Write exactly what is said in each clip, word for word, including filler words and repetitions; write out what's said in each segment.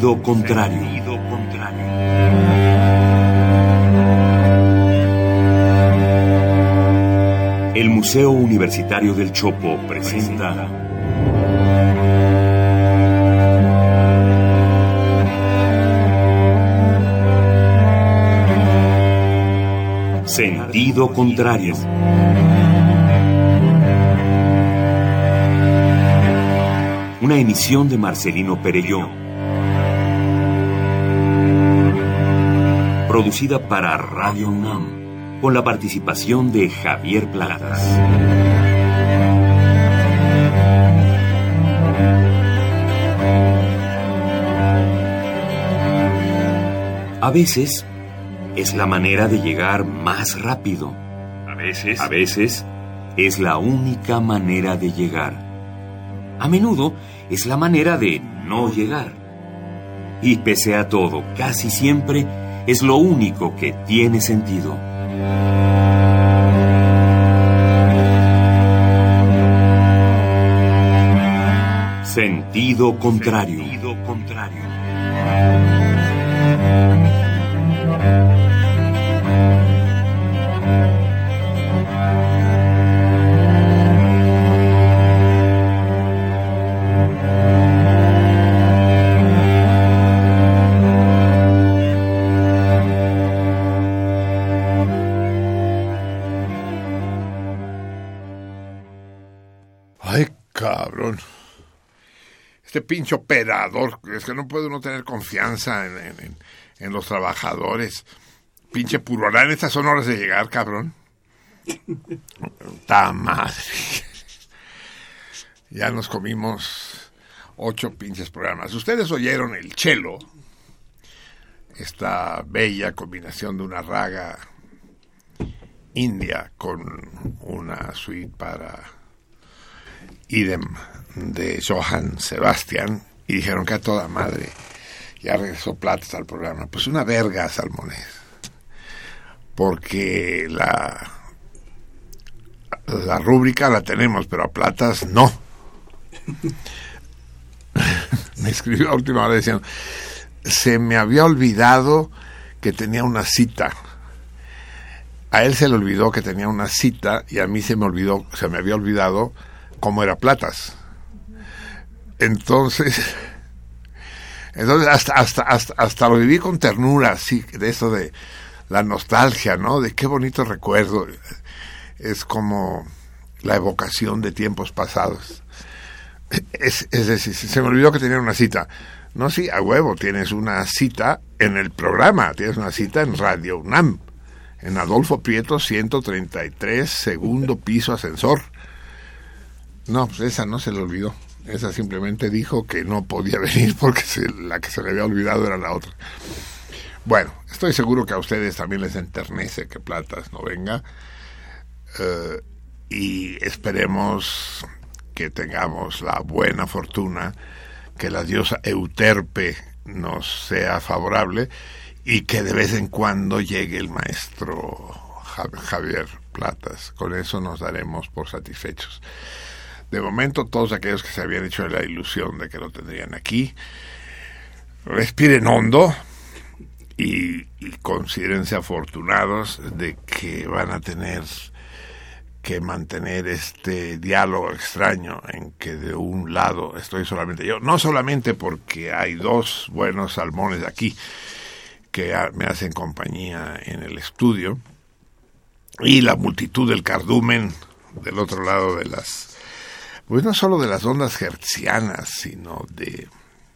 Sentido contrario. Sentido contrario. El Museo Universitario del Chopo presenta Sentido contrario. Una emisión de Marcelino Perelló. Producida para Radio UNAM, con la participación de Javier Platas. A veces es la manera de llegar más rápido. A veces, a veces es la única manera de llegar. A menudo es la manera de no llegar. Y pese a todo, casi siempre es lo único que tiene sentido. Sentido contrario. Sentido contrario. Cabrón. Este pinche operador, es que no puede uno tener confianza en, en, en los trabajadores. Pinche purorán, estas son horas de llegar, cabrón. ¡Ta madre! Ya nos comimos ocho pinches programas. Ustedes oyeron el cello, esta bella combinación de una raga india con una suite para idem de Johann Sebastian, y dijeron que a toda madre ya regresó Platas al programa. Pues una verga, Salmones, porque la la rúbrica la tenemos, pero a Platas no. Me escribió a última hora diciendo: se me había olvidado que tenía una cita. A él se le olvidó que tenía una cita y a mí se me olvidó, se me había olvidado cómo era Platas. Entonces, entonces hasta, hasta, hasta, hasta lo viví con ternura, así, de eso de la nostalgia, ¿no? De qué bonito recuerdo. Es como la evocación de tiempos pasados. Es, es decir, se me olvidó que tenía una cita. No, sí, a huevo, tienes una cita en el programa, tienes una cita en Radio UNAM, en Adolfo Prieto, ciento treinta y tres, segundo piso, ascensor. No, pues esa no se le olvidó. Esa simplemente dijo que no podía venir porque se, la que se le había olvidado era la otra. Bueno, estoy seguro que a ustedes también les enternece que Platas no venga. Uh, y esperemos que tengamos la buena fortuna, que la diosa Euterpe nos sea favorable y que de vez en cuando llegue el maestro Javier Platas. Con eso nos daremos por satisfechos. De momento, todos aquellos que se habían hecho la ilusión de que lo tendrían aquí, respiren hondo y, y considérense afortunados de que van a tener que mantener este diálogo extraño en que de un lado estoy solamente yo, no solamente porque hay dos buenos salmones aquí que me hacen compañía en el estudio, y la multitud del cardumen del otro lado de las, pues no solo de las ondas hertzianas, sino de,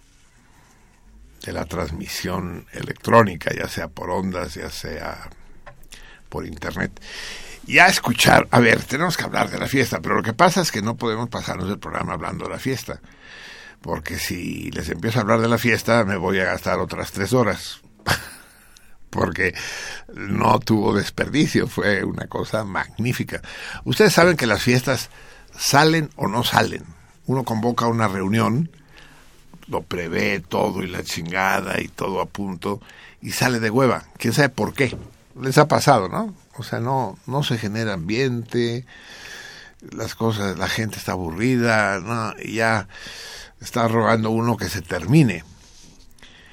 de la transmisión electrónica, ya sea por ondas, ya sea por internet. Y a escuchar, a ver, tenemos que hablar de la fiesta, pero lo que pasa es que no podemos pasarnos el programa hablando de la fiesta, porque si les empiezo a hablar de la fiesta me voy a gastar otras tres horas, porque no tuvo desperdicio, fue una cosa magnífica. Ustedes saben que las fiestas salen o no salen. Uno convoca una reunión, lo prevé todo y la chingada y todo a punto, y sale de hueva. ¿Quién sabe por qué? Les ha pasado, ¿no? O sea, no, no se genera ambiente, las cosas, la gente está aburrida, ¿no? Y ya está rogando uno que se termine.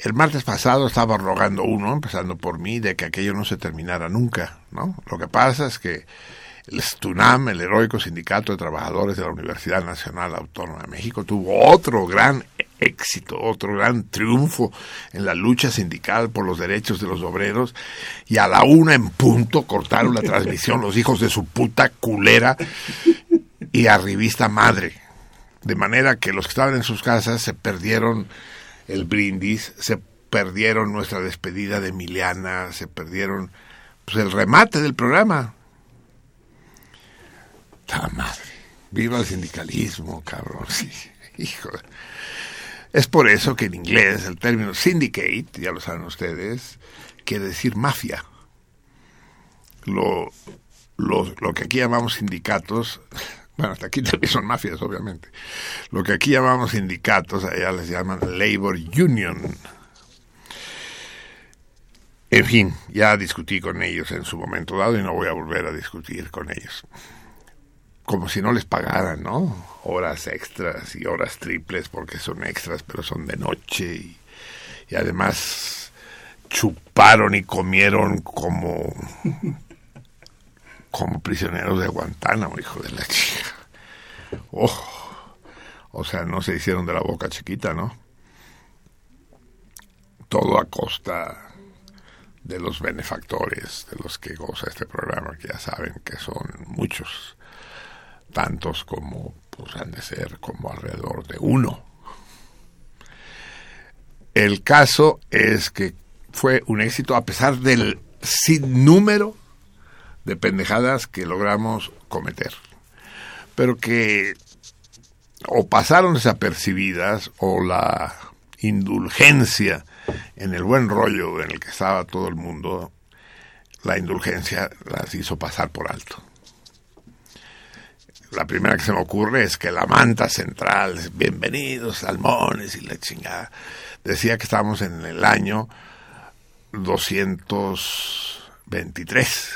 el martes pasado estaba rogando uno, empezando por mí, de que aquello no se terminara nunca, ¿no? Lo que pasa es que el STUNAM, el heroico Sindicato de Trabajadores de la Universidad Nacional Autónoma de México, tuvo otro gran éxito, otro gran triunfo en la lucha sindical por los derechos de los obreros, y a la una en punto cortaron la transmisión los hijos de su puta culera y arribista madre, de manera que los que estaban en sus casas se perdieron el brindis, se perdieron nuestra despedida de Emiliana, se perdieron pues el remate del programa. ¡Ta madre! ¡Viva el sindicalismo, cabrón! Sí, hijo. Es por eso que en inglés el término syndicate, ya lo saben ustedes, quiere decir mafia. Lo, lo, lo que aquí llamamos sindicatos, bueno, hasta aquí también son mafias, obviamente. Lo que aquí llamamos sindicatos, allá les llaman labor union. En fin, ya discutí con ellos en su momento dado y no voy a volver a discutir con ellos. Como si no les pagaran, ¿no? Horas extras y horas triples, porque son extras, pero son de noche. Y, y además chuparon y comieron como, como prisioneros de Guantánamo, hijo de la chica. Oh, o sea, no se hicieron de la boca chiquita, ¿no? Todo a costa de los benefactores, de los que goza este programa, que ya saben que son muchos. Tantos como pues, han de ser como alrededor de uno. El caso es que fue un éxito a pesar del sinnúmero de pendejadas que logramos cometer, pero que o pasaron desapercibidas o la indulgencia en el buen rollo en el que estaba todo el mundo, la indulgencia las hizo pasar por alto. La primera que se me ocurre es que la manta central, bienvenidos salmones y la chingada, decía que estábamos en el año doscientos veintitrés.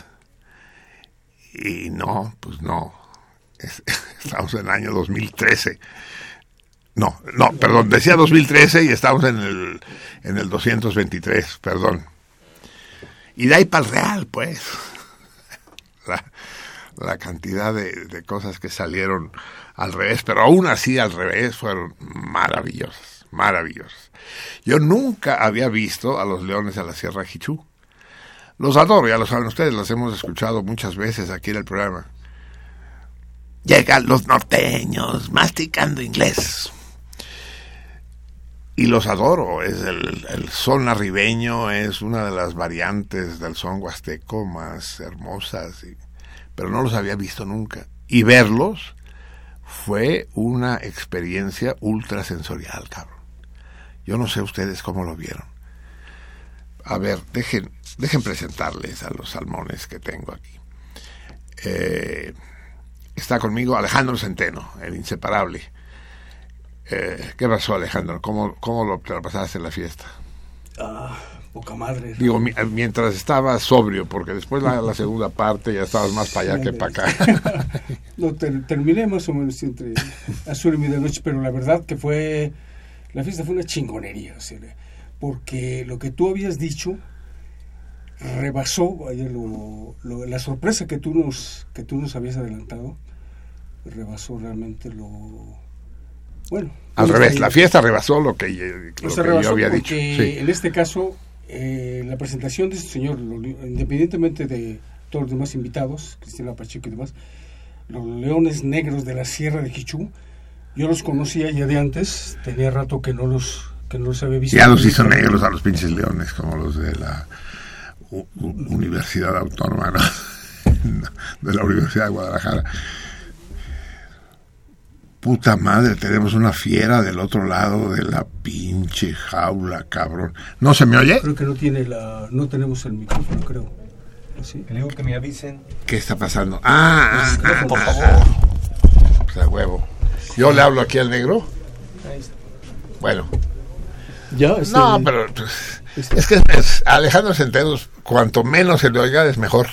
Y no, pues no, es, estamos en el año dos mil trece. No, no, perdón, decía dos mil trece y estamos en el, en el doscientos veintitrés, perdón. Y de ahí para el real, pues. La... la cantidad de, de cosas que salieron al revés, pero aún así al revés fueron maravillosas, maravillosas. Yo nunca había visto a los Leones de la Sierra Jichú. Los adoro, ya lo saben ustedes, los hemos escuchado muchas veces aquí en el programa. Llegan los norteños masticando inglés. Y los adoro, es el, el son arribeño, es una de las variantes del son huasteco más hermosas, y pero no los había visto nunca. Y verlos fue una experiencia ultrasensorial, cabrón. Yo no sé ustedes cómo lo vieron. A ver, dejen, dejen presentarles a los salmones que tengo aquí. Eh, está conmigo Alejandro Centeno, el inseparable. Eh, ¿Qué pasó, Alejandro? ¿Cómo, cómo lo, te lo pasaste en la fiesta? Ah... poca madre. Digo, mi, mientras estabas sobrio, porque después la, la segunda parte ya estabas más para allá que para acá. No, ter, terminé más o menos entre azul y medianoche, pero la verdad que fue, la fiesta fue una chingonería, o sea, porque lo que tú habías dicho rebasó ayer lo, lo, la sorpresa que tú nos que tú nos habías adelantado, rebasó realmente lo bueno. Al revés, ahí, la fiesta rebasó lo que, lo que yo había dicho. Sí. En este caso, eh, la presentación de este señor, lo, independientemente de todos los demás invitados, Cristina Pacheco y demás, los Leones Negros de la Sierra de Jichú, yo los conocía ya de antes, tenía rato que no los que no los había visto. Ya los hizo negros a los pinches leones, como los de la U- U- Universidad Autónoma, ¿no? De la Universidad de Guadalajara. Puta madre, tenemos una fiera del otro lado de la pinche jaula, cabrón. ¿No se me oye? Creo que no tiene la, no tenemos el micrófono, creo. ¿Sí? Le digo que me avisen. ¿Qué está pasando? Ah, pues, ah, por ah, favor. Ah, pues a huevo. Yo le hablo aquí al negro. Ahí está. Bueno. Ya, este, no, pero pues, este. es que es, Alejandro Centeno, cuanto menos se le oiga es mejor.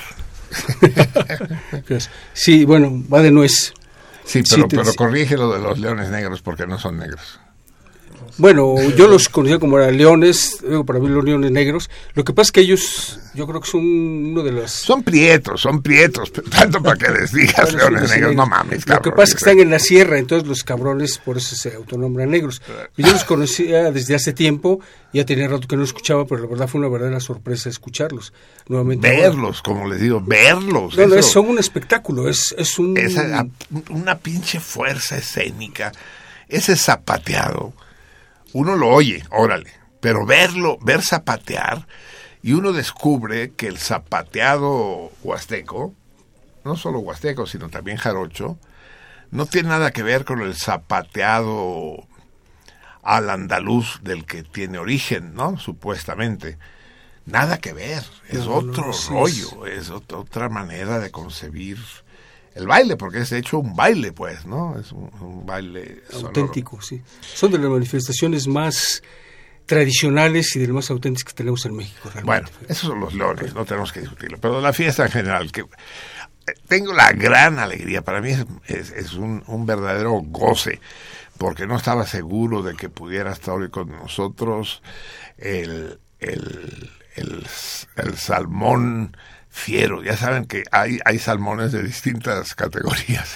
Sí, bueno, va de nuez. Sí, pero, sí, te, pero corrige lo de los leones negros porque no son negros. Bueno, yo los conocía como eran leones, digo, para mí los leones negros. Lo que pasa es que ellos, yo creo que son uno de los... Son prietos, son prietos, tanto para que les digas Bueno, leones sí, negros, sí, no mames, cabrón. Lo que pasa es que están en la sierra, entonces los cabrones por eso se autonombran negros. Yo los conocía desde hace tiempo, ya tenía rato que no escuchaba, pero la verdad fue una verdadera sorpresa escucharlos. Nuevamente. Verlos, ahora. Como les digo, verlos. No, no, eso, es, son un espectáculo, es, es un... Esa, una pinche fuerza escénica, ese zapateado. Uno lo oye, órale, pero verlo, ver zapatear, y uno descubre que el zapateado huasteco, no solo huasteco, sino también jarocho, no tiene nada que ver con el zapateado al andaluz del que tiene origen, ¿no? Supuestamente. Nada que ver, es no, otro no, sí, rollo, es, es otra, otra manera de concebir el baile, porque es de hecho un baile, pues, ¿no? Es un, un baile auténtico, sonoro. Sí. Son de las manifestaciones más tradicionales y de las más auténticas que tenemos en México, realmente. Bueno, esos son los leones, no tenemos que discutirlo, pero la fiesta en general, que tengo la gran alegría, para mí es, es, es un, un verdadero goce, porque no estaba seguro de que pudiera estar hoy con nosotros el, el, el, el salmón fiero. Ya saben que hay, hay salmones de distintas categorías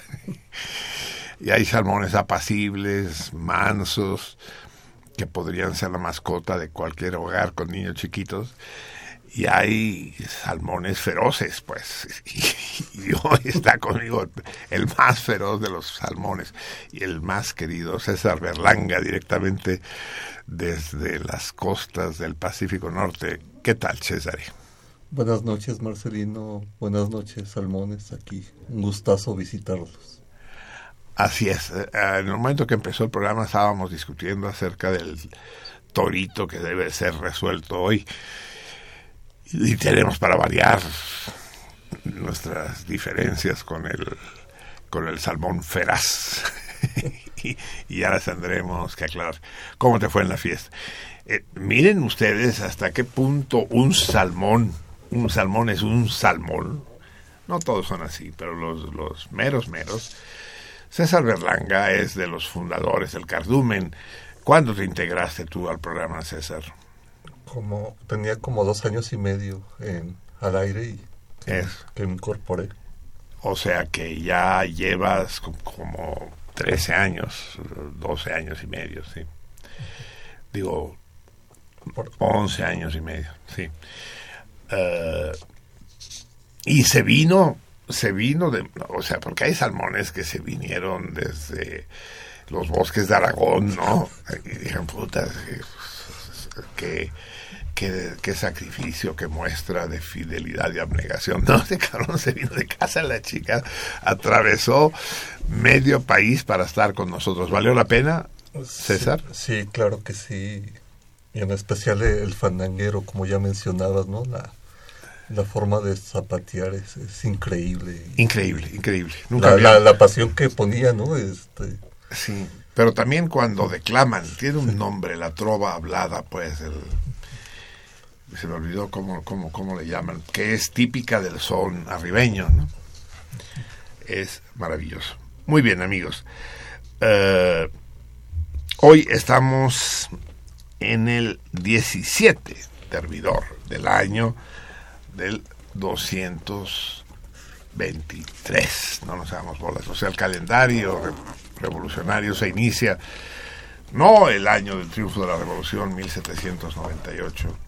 y hay salmones apacibles, mansos, que podrían ser la mascota de cualquier hogar con niños chiquitos, y hay salmones feroces, pues, y, y hoy está conmigo el más feroz de los salmones y el más querido, César Berlanga, directamente desde las costas del Pacífico Norte. ¿Qué tal, César? Buenas noches, Marcelino. Buenas noches, salmones. Aquí, un gustazo visitarlos. Así es. En el momento que empezó el programa estábamos discutiendo acerca del torito que debe ser resuelto hoy. Y tenemos para variar nuestras diferencias con el, con el salmón feraz. y, y ahora tendremos que aclarar cómo te fue en la fiesta. Eh, miren ustedes hasta qué punto un salmón... Un salmón es un salmón. No todos son así, pero los, los meros meros. César Berlanga es de los fundadores del Cardumen. ¿Cuándo te integraste tú al programa, César? Como tenía como dos años y medio en, al aire y que, es. que me incorporé. O sea que ya llevas como trece años, doce años y medio, sí. Digo, once años y medio, sí. Uh, y se vino, se vino de, o sea, porque hay salmones que se vinieron desde los bosques de Aragón, ¿no? Y dijeron, puta, qué, qué, qué sacrificio, qué muestra de fidelidad y abnegación. No, este cabrón se vino de casa la chica, atravesó medio país para estar con nosotros. ¿Valió la pena, César? Sí, sí, claro que sí. Y en especial el fandanguero, como ya mencionabas, ¿no? La, la forma de zapatear es, es increíble. Increíble, increíble. Nunca la, había... la, la pasión que ponía, ¿no? Este... Sí, pero también cuando declaman, tiene un nombre, la trova hablada, pues, el... se me olvidó cómo, cómo, cómo le llaman, que es típica del son arribeño, ¿no? Es maravilloso. Muy bien, amigos. Uh, hoy estamos... en el diecisiete servidor del año del doscientos veintitrés, no nos hagamos bolas, o sea, el calendario re- revolucionario se inicia, no el año del triunfo de la revolución, mil setecientos noventa y ocho,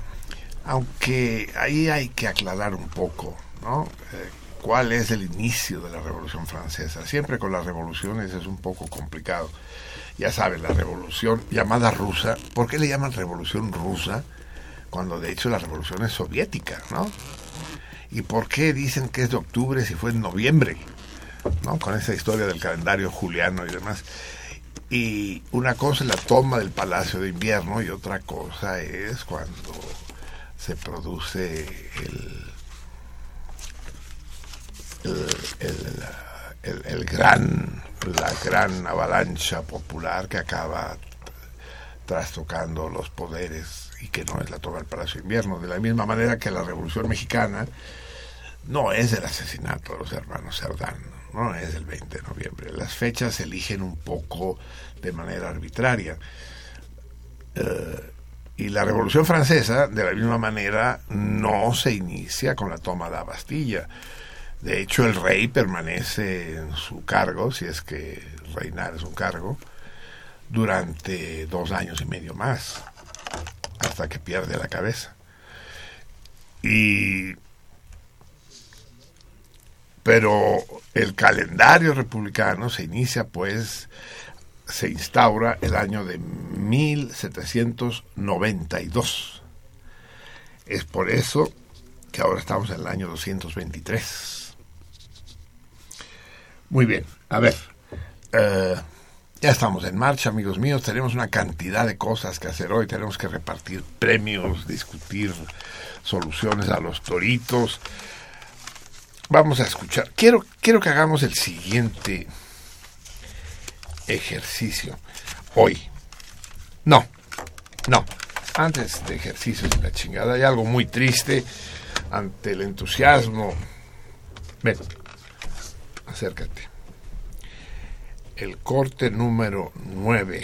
aunque ahí hay que aclarar un poco, ¿no? Eh, ¿cuál es el inicio de la Revolución Francesa? Siempre con las revoluciones es un poco complicado. Ya saben, la revolución llamada rusa, ¿por qué le llaman revolución rusa? Cuando de hecho la revolución es soviética, ¿no? ¿Y por qué dicen que es de octubre si fue en noviembre? ¿No? Con esa historia del calendario juliano y demás. Y una cosa es la toma del Palacio de Invierno y otra cosa es cuando se produce el, el, el, el, el gran... la gran avalancha popular que acaba trastocando los poderes y que no es la toma del Palacio de Invierno, de la misma manera que la Revolución Mexicana no es el asesinato de los hermanos Cerdán, no es el veinte de noviembre. Las fechas se eligen un poco de manera arbitraria. Eh, y la Revolución Francesa, de la misma manera, no se inicia con la toma de la Bastilla. De hecho, el rey permanece en su cargo, si es que reinar es un cargo, durante dos años y medio más, hasta que pierde la cabeza. Y pero el calendario republicano se inicia, pues, se instaura el año de mil setecientos noventa y dos. Es por eso que ahora estamos en el año doscientos veintitrés. Muy bien, a ver, uh, ya estamos en marcha, amigos míos, tenemos una cantidad de cosas que hacer hoy, tenemos que repartir premios, discutir soluciones a los toritos. Vamos a escuchar, quiero, quiero que hagamos el siguiente ejercicio hoy. No, no, antes de ejercicios de la chingada, hay algo muy triste ante el entusiasmo. Ven, acércate. El corte número nueve.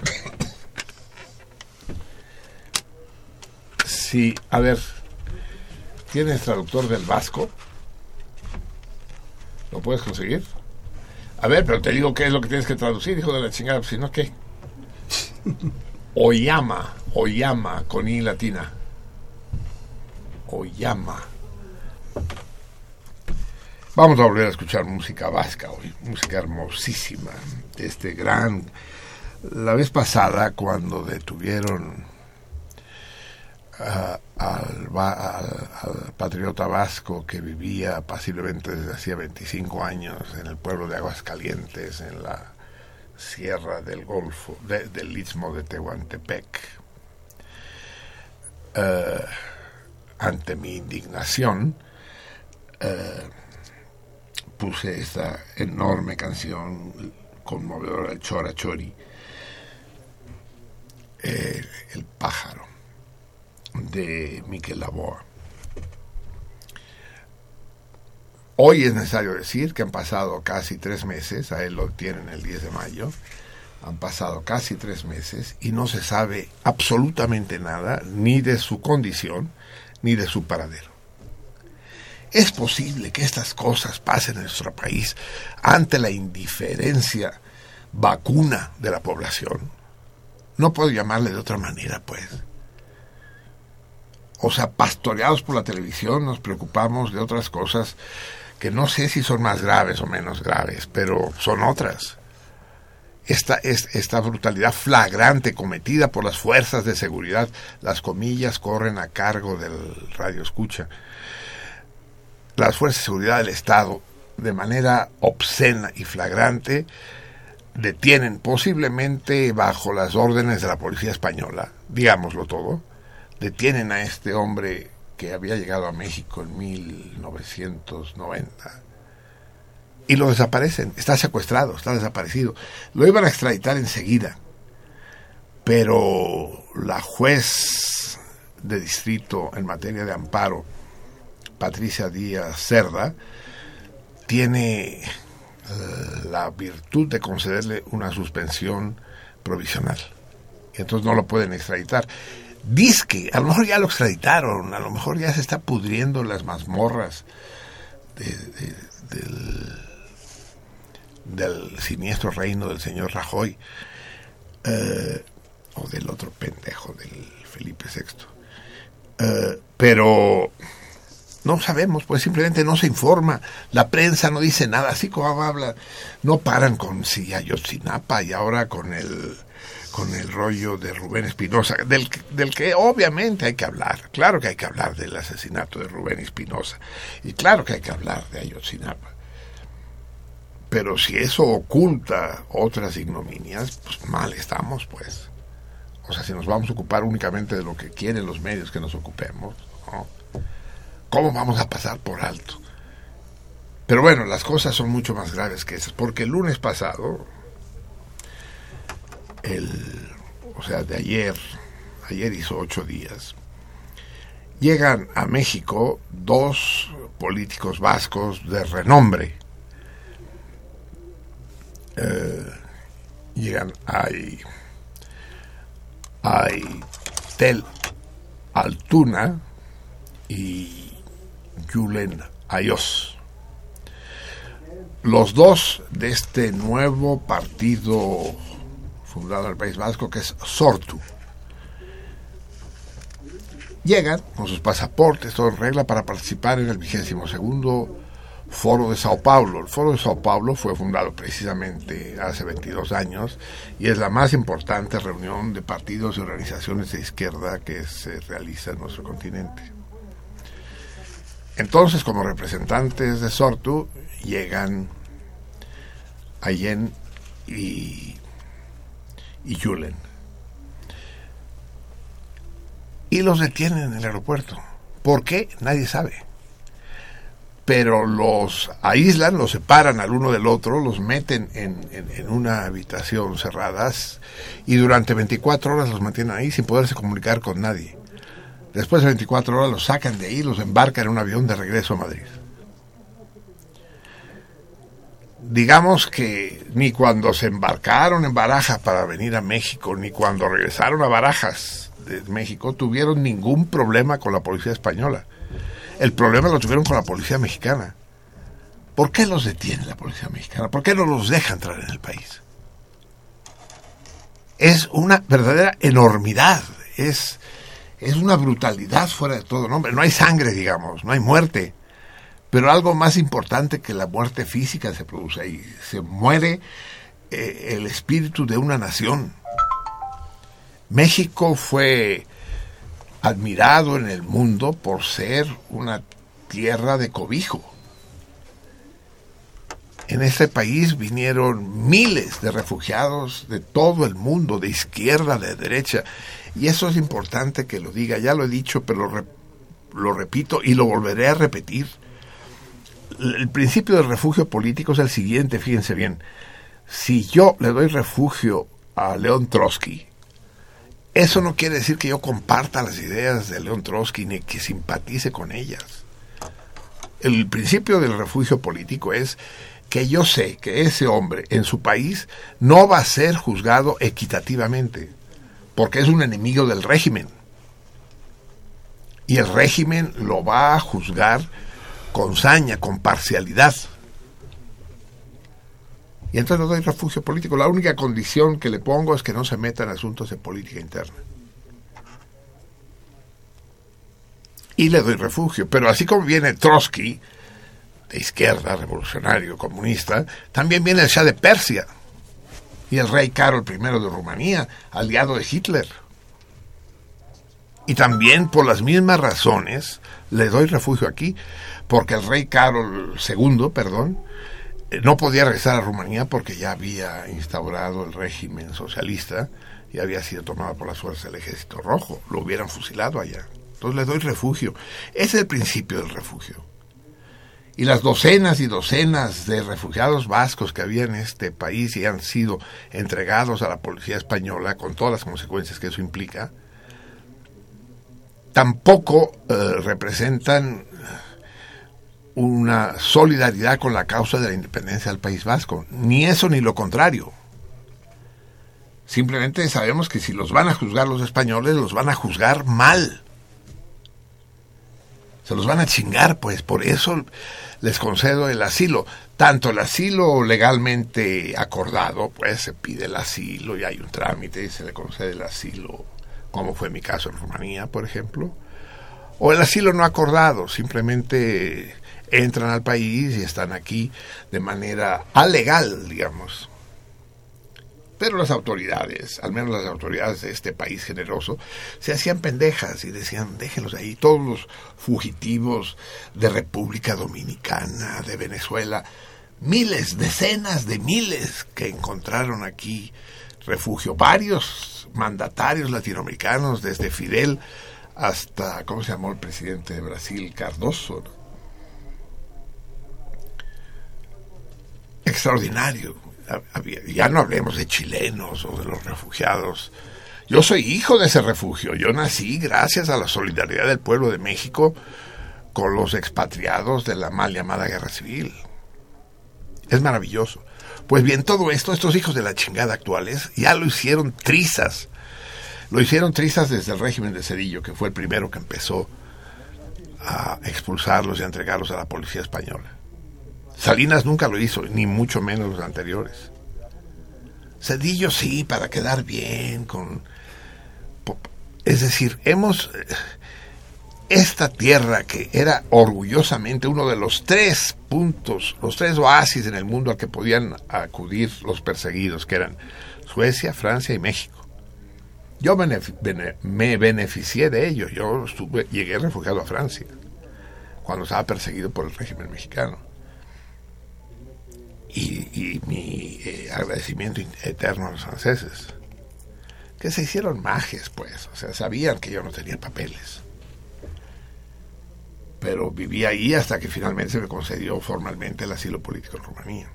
Sí, a ver, ¿tienes traductor del vasco? ¿Lo puedes conseguir? A ver, pero te digo qué es lo que tienes que traducir, hijo de la chingada, pues si no, ¿qué? Oyama, Oyama, con I latina. Oyama. Vamos a volver a escuchar música vasca hoy, música hermosísima. Este gran... La vez pasada, cuando detuvieron uh, al, al, al patriota vasco que vivía pasiblemente desde hacía veinticinco años en el pueblo de Aguascalientes, en la sierra del Golfo, de, del Istmo de Tehuantepec, uh, ante mi indignación, uh, puse esta enorme canción conmovedora, el Chora Chori, eh, El pájaro, de Miquel Laboa. Hoy es necesario decir que han pasado casi tres meses, a él lo tienen el diez de mayo, han pasado casi tres meses y no se sabe absolutamente nada, ni de su condición, ni de su paradero. ¿Es posible que estas cosas pasen en nuestro país ante la indiferencia vacuna de la población? No puedo llamarle de otra manera, pues. O sea, pastoreados por la televisión, nos preocupamos de otras cosas que no sé si son más graves o menos graves, pero son otras. Esta, esta brutalidad flagrante cometida por las fuerzas de seguridad, las comillas corren a cargo del radioescucha, las fuerzas de seguridad del Estado, de manera obscena y flagrante, detienen, posiblemente bajo las órdenes de la policía española, digámoslo todo, detienen a este hombre que había llegado a México en mil novecientos noventa y lo desaparecen. Está secuestrado, está desaparecido. Lo iban a extraditar enseguida, pero la juez de distrito en materia de amparo, Patricia Díaz Cerda, tiene uh, la virtud de concederle una suspensión provisional. Y entonces no lo pueden extraditar. Dizque, a lo mejor ya lo extraditaron, a lo mejor ya se está pudriendo en las mazmorras de, de, del, del siniestro reino del señor Rajoy, uh, o del otro pendejo, del Felipe sexto. Uh, pero... no sabemos, pues simplemente no se informa, la prensa no dice nada, así como habla, no paran con si Ayotzinapa y ahora con el con el rollo de Rubén Espinosa, del, del que obviamente hay que hablar, claro que hay que hablar del asesinato de Rubén Espinosa, y claro que hay que hablar de Ayotzinapa, pero si eso oculta otras ignominias, pues mal estamos, pues. O sea, si nos vamos a ocupar únicamente de lo que quieren los medios que nos ocupemos, ¿no? ¿Cómo vamos a pasar por alto? Pero bueno, las cosas son mucho más graves que esas, porque el lunes pasado, el, o sea, de ayer, ayer hizo ocho días, llegan a México dos políticos vascos de renombre. Eh, llegan, hay hay Tel Altuna y Julen Ayos. Los dos de este nuevo partido fundado en el País Vasco, que es Sortu. Llegan con sus pasaportes, todo en regla, para participar en el vigésimo segundo Foro de Sao Paulo. El Foro de Sao Paulo fue fundado precisamente hace veintidós años y es la más importante reunión de partidos y organizaciones de izquierda que se realiza en nuestro continente. Entonces, como representantes de Sortu, llegan Allen y, y Julen. Y los detienen en el aeropuerto. ¿Por qué? Nadie sabe. Pero los aíslan, los separan al uno del otro, los meten en, en, en una habitación cerradas y durante veinticuatro horas los mantienen ahí sin poderse comunicar con nadie. Después de veinticuatro horas los sacan de ahí y los embarcan en un avión de regreso a Madrid. Digamos que ni cuando se embarcaron en Barajas para venir a México, ni cuando regresaron a Barajas de México, tuvieron ningún problema con la policía española. El problema lo tuvieron con la policía mexicana. ¿Por qué los detiene la policía mexicana? ¿Por qué no los deja entrar en el país? Es una verdadera enormidad, es, es una brutalidad fuera de todo nombre. No hay sangre, digamos, no hay muerte, pero algo más importante que la muerte física se produce ahí. Se muere eh, el espíritu de una nación. México fue admirado en el mundo por ser una tierra de cobijo. En este país vinieron miles de refugiados de todo el mundo, de izquierda, de derecha, y eso es importante que lo diga. Ya lo he dicho, pero lo, lo repito y lo volveré a repetir. El principio del refugio político es el siguiente, fíjense bien. Si yo le doy refugio a León Trotsky, eso no quiere decir que yo comparta las ideas de León Trotsky ni que simpatice con ellas. El principio del refugio político es que yo sé que ese hombre en su país no va a ser juzgado equitativamente, porque es un enemigo del régimen. Y el régimen lo va a juzgar con saña, con parcialidad. Y entonces le doy refugio político. La única condición que le pongo es que no se meta en asuntos de política interna. Y le doy refugio. Pero así como viene Trotsky, de izquierda, revolucionario, comunista, también viene el Shah de Persia y el rey Carol primero de Rumanía, aliado de Hitler. Y también por las mismas razones le doy refugio aquí, porque el rey Carol segundo, perdón, no podía regresar a Rumanía porque ya había instaurado el régimen socialista y había sido tomado por las fuerzas del Ejército Rojo. Lo hubieran fusilado allá. Entonces le doy refugio. Ese es el principio del refugio. Y las docenas y docenas de refugiados vascos que había en este país y han sido entregados a la policía española, con todas las consecuencias que eso implica, tampoco eh, representan una solidaridad con la causa de la independencia del País Vasco. Ni eso ni lo contrario. Simplemente sabemos que si los van a juzgar los españoles, los van a juzgar mal. Se los van a chingar, pues. Por eso les concedo el asilo. Tanto el asilo legalmente acordado, pues se pide el asilo y hay un trámite y se le concede el asilo, como fue mi caso en Rumanía, por ejemplo. O el asilo no acordado, simplemente entran al país y están aquí de manera alegal, digamos. Pero las autoridades, al menos las autoridades de este país generoso, se hacían pendejas y decían, déjenlos ahí. Todos los fugitivos de República Dominicana, de Venezuela, miles, decenas de miles que encontraron aquí refugio. Varios mandatarios latinoamericanos, desde Fidel hasta, ¿cómo se llamó el presidente de Brasil? Cardoso, ¿no? Extraordinario. Ya no hablemos de chilenos o de los refugiados. Yo soy hijo de ese refugio. Yo nací gracias a la solidaridad del pueblo de México con los expatriados de la mal llamada Guerra Civil. Es maravilloso. Pues bien, todo esto, estos hijos de la chingada actuales, ya lo hicieron trizas. Lo hicieron trizas desde el régimen de Zedillo, que fue el primero que empezó a expulsarlos y a entregarlos a la policía española. Salinas nunca lo hizo, ni mucho menos los anteriores. Zedillo sí, para quedar bien con... Es decir, hemos... Esta tierra que era orgullosamente uno de los tres puntos, los tres oasis en el mundo al que podían acudir los perseguidos, que eran Suecia, Francia y México. Yo benef- bene- me beneficié de ello. Yo estuve, llegué refugiado a Francia cuando estaba perseguido por el régimen mexicano. Y, y mi eh, agradecimiento eterno a los franceses, que se hicieron majes, pues, o sea, sabían que yo no tenía papeles, pero viví ahí hasta que finalmente se me concedió formalmente el asilo político en Rumanía.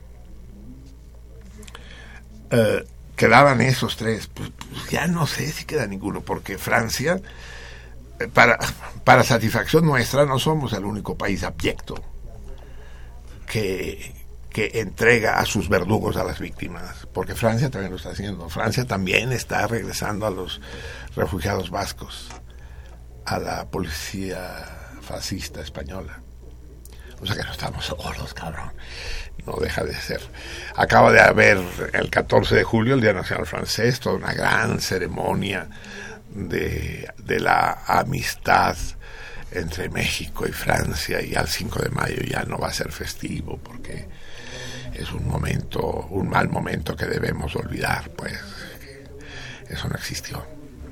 Uh, quedaban esos tres, pues, pues ya no sé si queda ninguno, porque Francia, eh, para, para satisfacción nuestra, no somos el único país abyecto que... que entrega a sus verdugos a las víctimas, porque Francia también lo está haciendo. Francia también está regresando a los refugiados vascos a la policía fascista española. O sea que no estamos solos, cabrón. No deja de ser. Acaba de haber el catorce de julio, el Día Nacional Francés, toda una gran ceremonia de, de la amistad entre México y Francia, y al cinco de mayo ya no va a ser festivo porque es un momento, un mal momento que debemos olvidar, pues eso no existió.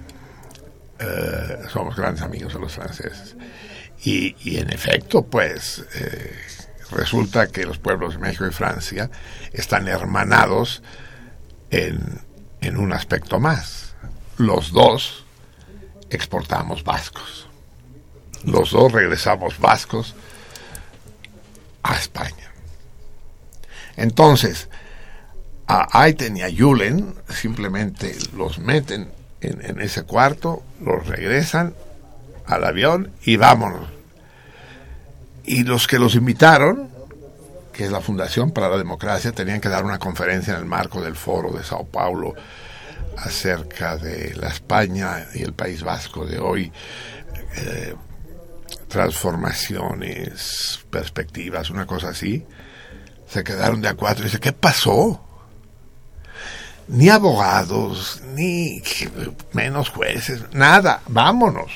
Uh, somos grandes amigos de los franceses y, y en efecto, pues eh, resulta que los pueblos de México y Francia están hermanados en, en un aspecto más. Los dos exportamos vascos. Los dos regresamos vascos a España. Entonces, a Aiten y a Julen simplemente los meten en, en ese cuarto, los regresan al avión y vámonos. Y los que los invitaron, que es la Fundación para la Democracia, tenían que dar una conferencia en el marco del Foro de Sao Paulo acerca de la España y el País Vasco de hoy. Eh, transformaciones, perspectivas, una cosa así. Se quedaron de a cuatro y dice, ¿qué pasó? Ni abogados, ni menos jueces, nada, vámonos.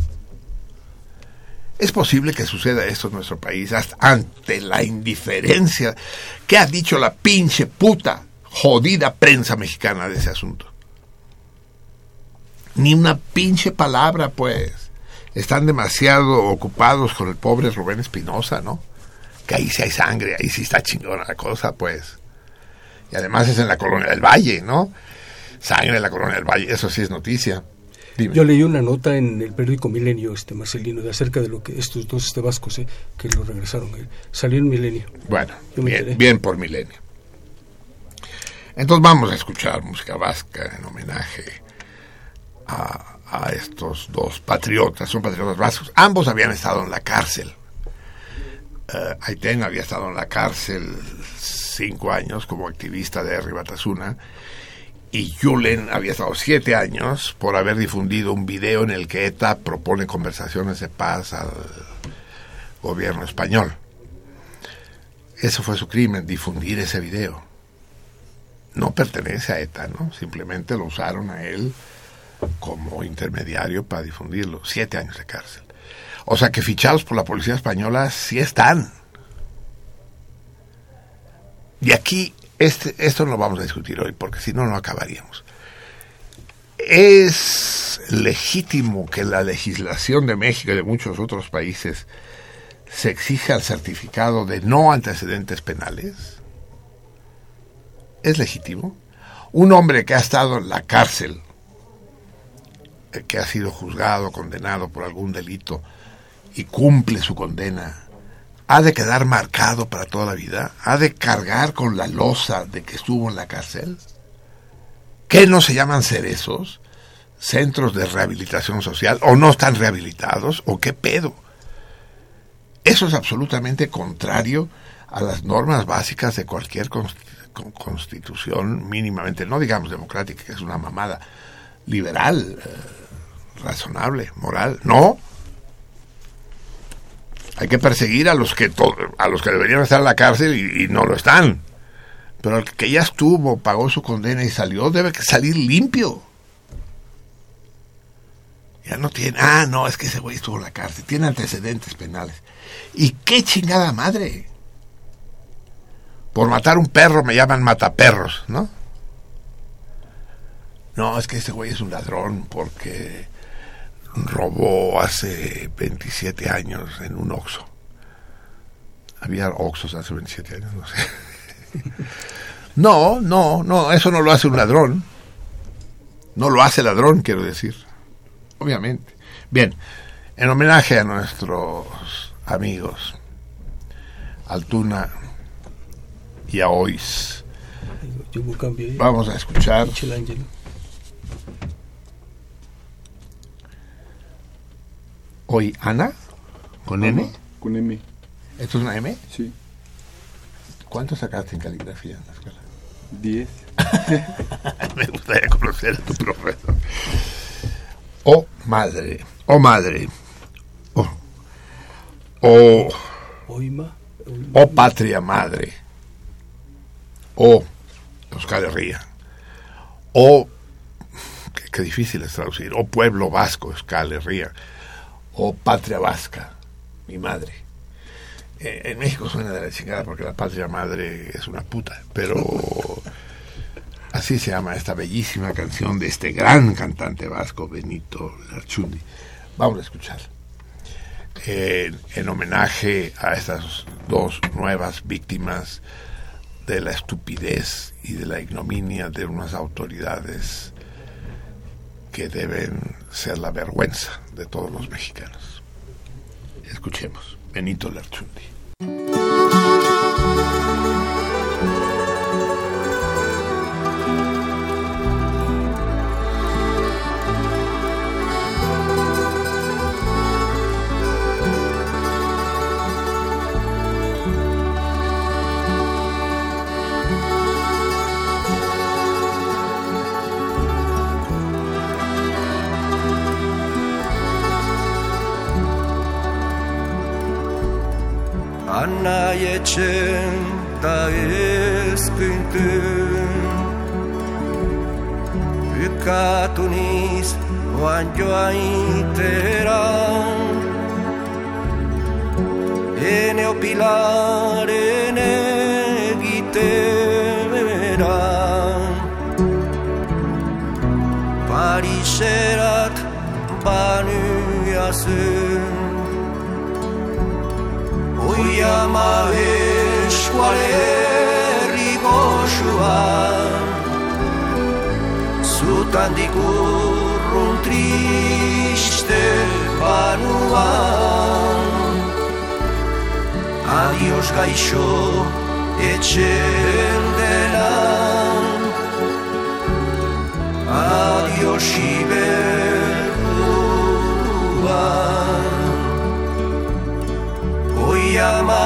¿Es posible que suceda esto en nuestro país hasta ante la indiferencia que ha dicho la pinche puta jodida prensa mexicana de ese asunto? Ni una pinche palabra, pues. Están demasiado ocupados con el pobre Rubén Espinosa, ¿no? Que ahí sí hay sangre, ahí sí está chingona la cosa, pues. Y además es en la Colonia del Valle, ¿no? Sangre en la Colonia del Valle, eso sí es noticia. Dime. Yo leí una nota en el periódico Milenio, este Marcelino, de acerca de lo que estos dos este vascos, eh, que lo regresaron. Eh, salió en Milenio. Bueno, bien, bien por Milenio. Entonces vamos a escuchar música vasca en homenaje a... a estos dos patriotas, son patriotas vascos. Ambos habían estado en la cárcel. Uh, Aiten había estado en la cárcel cinco años como activista de Herri Batasuna, y Julen había estado siete años por haber difundido un video en el que ETA propone conversaciones de paz al gobierno español. Ese fue su crimen, difundir ese video. No pertenece a ETA, ¿no? Simplemente lo usaron a él como intermediario para difundirlo. Siete años de cárcel. O sea que fichados por la policía española sí están. Y aquí este, esto no lo vamos a discutir hoy porque si no no acabaríamos. ¿Es legítimo que la legislación de México y de muchos otros países se exija el certificado de no antecedentes penales? ¿Es legítimo? Un hombre que ha estado en la cárcel, que ha sido juzgado, condenado por algún delito y cumple su condena, ¿ha de quedar marcado para toda la vida? ¿Ha de cargar con la losa de que estuvo en la cárcel? ¿Qué no se llaman cerezos? ¿Centros de rehabilitación social? ¿O no están rehabilitados? ¿O qué pedo? Eso es absolutamente contrario a las normas básicas de cualquier constitución mínimamente, no digamos democrática, que es una mamada, liberal, eh, razonable, moral. No. Hay que perseguir a los que to- a los que deberían estar en la cárcel y, y no lo están. Pero el que ya estuvo, pagó su condena y salió, debe salir limpio. Ya no tiene... Ah, no, es que ese güey estuvo en la cárcel. Tiene antecedentes penales. ¿Y qué chingada madre? Por matar un perro me llaman mataperros, ¿no? No, es que ese güey es un ladrón porque robó hace veintisiete años en un Oxxo. Había Oxxos hace veintisiete años, no sé. No, no, no, eso no lo hace un ladrón. No lo hace ladrón, quiero decir. Obviamente. Bien, en homenaje a nuestros amigos Altuna y a Ois, vamos a escuchar Hoy Ana, con N. Con M. ¿Esto es una M? Sí. ¿Cuánto sacaste en caligrafía en la escuela? diez. Me gustaría conocer a tu profesor. Oh madre, oh madre, oh, oh, oh patria madre, oh Euskal Herria, oh, qué, qué difícil es traducir, oh pueblo vasco, Euskal Herria, oh patria vasca, mi madre. Eh, en México suena de la chingada porque la patria madre es una puta, pero así se llama esta bellísima canción de este gran cantante vasco, Benito Lertxundi. Vamos a escuchar. Eh, en homenaje a estas dos nuevas víctimas de la estupidez y de la ignominia de unas autoridades que deben ser la vergüenza de todos los mexicanos. Escuchemos. Benito Lertxundi. Anaietxen da ez künten Bukatu niz oan joaitera Ene opilaren egitera Pariserat banua zen Oi ama eskualerri goxua Zutandik urrun triste banua Adios gaixo etxen dela Adios iberua Oi ama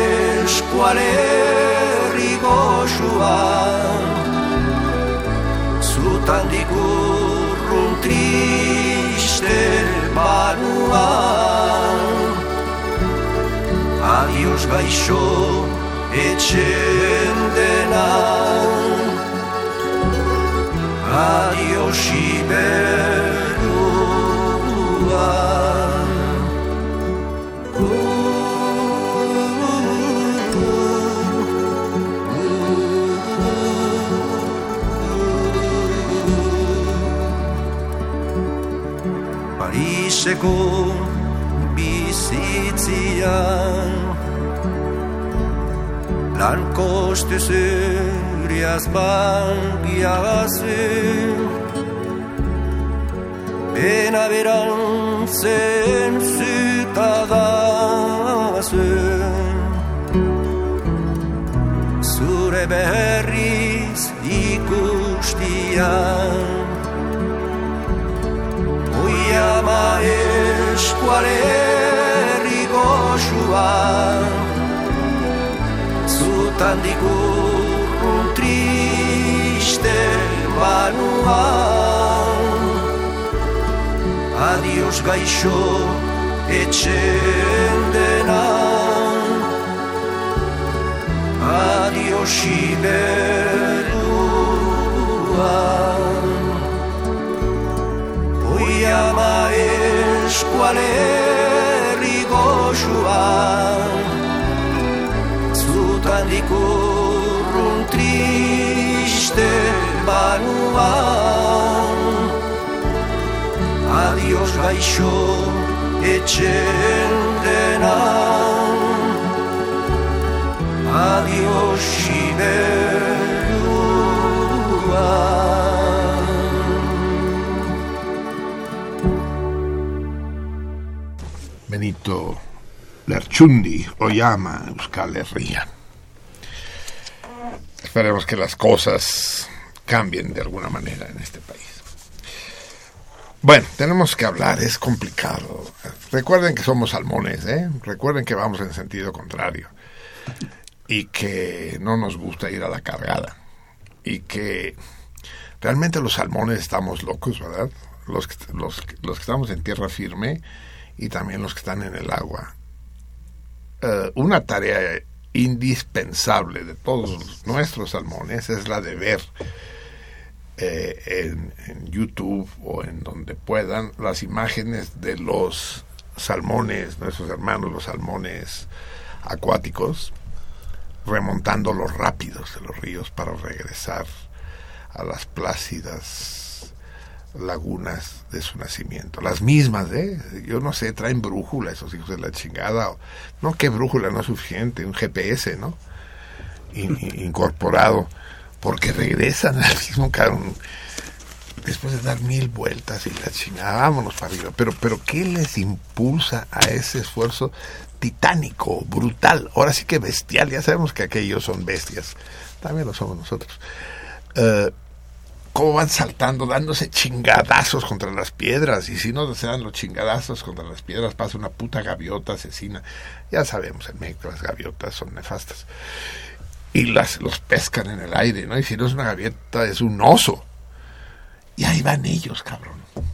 eskualerri goxua Zutandik urrun triste banua Adios gaixo etxen dena Adios iberua Pariseko bizitzian Lan koste zuriaz bangiazen Bena berantzen zutadazen Zure berriz ikustian Oi ama eskualerri goxua Zutandik urrun triste banua Adios gaixo etxen dena, adios iberlua, oi ama eskualerri goxua, zutan dikurrun triste banuan. Adios gaixo etxen dena, adios iberlua. Benito Lerchundi, Oyama, Euskal Herria. Esperemos que las cosas cambien de alguna manera en este país. Bueno, tenemos que hablar, es complicado. Recuerden que somos salmones, ¿eh? Recuerden que vamos en sentido contrario. Y que no nos gusta ir a la cargada. Y que realmente los salmones estamos locos, ¿verdad? Los que, los, los que estamos en tierra firme y también los que están en el agua. Uh, una tarea indispensable de todos nuestros salmones es la de ver eh, en, en YouTube o en donde puedan las imágenes de los salmones, nuestros hermanos, los salmones acuáticos, remontando los rápidos de los ríos para regresar a las plácidas lagunas de su nacimiento. Las mismas, ¿eh? Yo no sé, traen brújula esos hijos de la chingada. No, que brújula no es suficiente, un G P S, ¿no? In, in, incorporado, porque regresan al mismo cabrón después de dar mil vueltas y la chingada, vámonos para arriba. Pero, pero ¿qué les impulsa a ese esfuerzo titánico, brutal? Ahora sí que bestial. Ya sabemos que aquellos son bestias, también lo somos nosotros. Uh, cómo van saltando, dándose chingadazos contra las piedras, y si no se dan los chingadazos contra las piedras pasa una puta gaviota asesina. Ya sabemos en México las gaviotas son nefastas y las los pescan en el aire, ¿no? Y si no es una gaviota es un oso, y ahí van ellos, cabrón.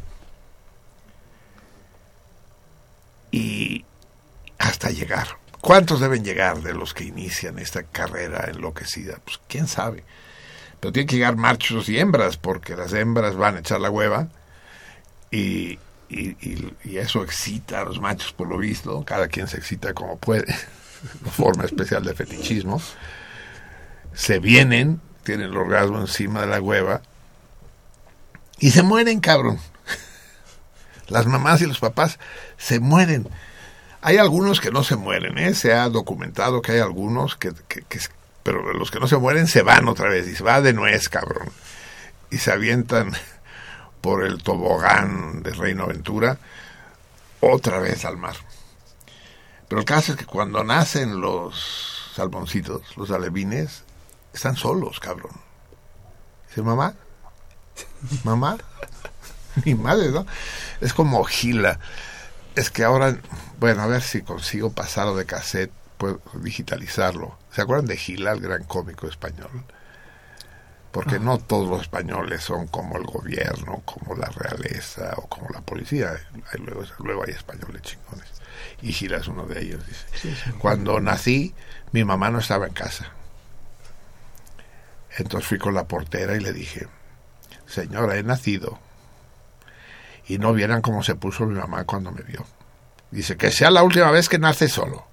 Y hasta llegar, ¿cuántos deben llegar de los que inician esta carrera enloquecida? Pues quién sabe. Pero tienen que llegar machos y hembras, porque las hembras van a echar la hueva y, y, y, y eso excita a los machos, por lo visto. Cada quien se excita como puede, de forma especial de fetichismo. Se vienen, tienen el orgasmo encima de la hueva y se mueren, cabrón. Las mamás y los papás se mueren. Hay algunos que no se mueren, ¿eh? Se ha documentado que hay algunos que... que, que pero los que no se mueren se van otra vez, y se va de nuez, cabrón, y se avientan por el tobogán de Reino Aventura otra vez al mar. Pero el caso es que cuando nacen los salmoncitos, los alevines, están solos, cabrón. Dice, mamá, mamá, mi madre, ¿no? Es como Gila. Es que ahora, bueno, a ver si consigo pasarlo de cassette, puedo digitalizarlo. ¿Se acuerdan de Gila, el gran cómico español? Porque no todos los españoles son como el gobierno, como la realeza o como la policía. Hay luego, luego hay españoles chingones. Y Gila es uno de ellos. Dice. Sí, sí. Cuando nací, mi mamá no estaba en casa. Entonces fui con la portera y le dije, señora, he nacido. Y no vieran cómo se puso mi mamá cuando me vio. Dice, que sea la última vez que nace solo.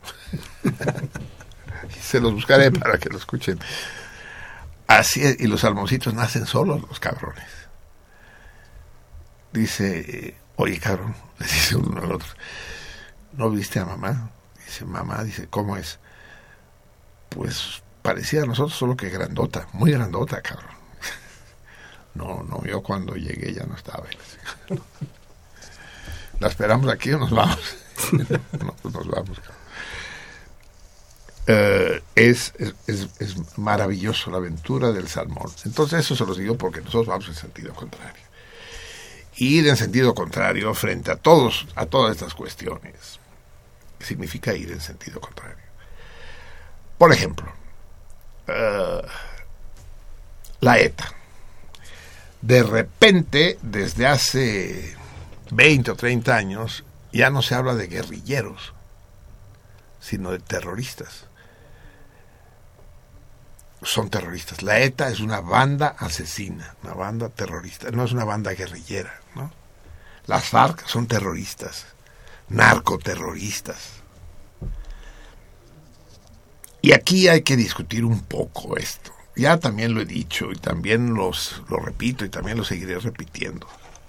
Se los buscaré para que lo escuchen. Así es, y los salmoncitos nacen solos, los cabrones. Dice, oye, cabrón, le dice uno al otro, ¿no viste a mamá? Dice, mamá, dice, ¿cómo es? Pues parecía a nosotros, solo que grandota, muy grandota, cabrón. No, no, yo cuando llegué ya no estaba. ¿La esperamos aquí o nos vamos? No, pues nos vamos, cabrón. Uh, es, es, es maravilloso la aventura del salmón. Entonces eso se los digo porque nosotros vamos en sentido contrario. Ir en sentido contrario frente a todos, a todas estas cuestiones significa ir en sentido contrario. Por ejemplo, uh, la ETA. De repente, desde hace veinte o treinta años, ya no se habla de guerrilleros, sino de terroristas. Son terroristas. La ETA es una banda asesina, una banda terrorista, no es una banda guerrillera, ¿no? Las FARC son terroristas, narcoterroristas. Y aquí hay que discutir un poco esto. Ya también lo he dicho y también los, lo repito y también lo seguiré repitiendo.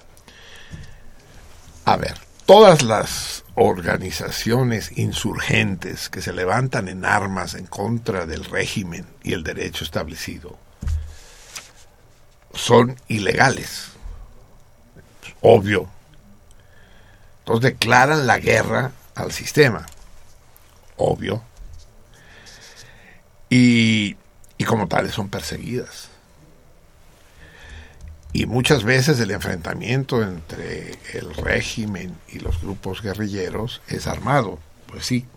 A ver, todas las organizaciones insurgentes que se levantan en armas en contra del régimen y el derecho establecido son ilegales. Obvio. Entonces declaran la guerra al sistema. Obvio. Y, y como tales son perseguidas. Y muchas veces el enfrentamiento entre el régimen y los grupos guerrilleros es armado, pues sí.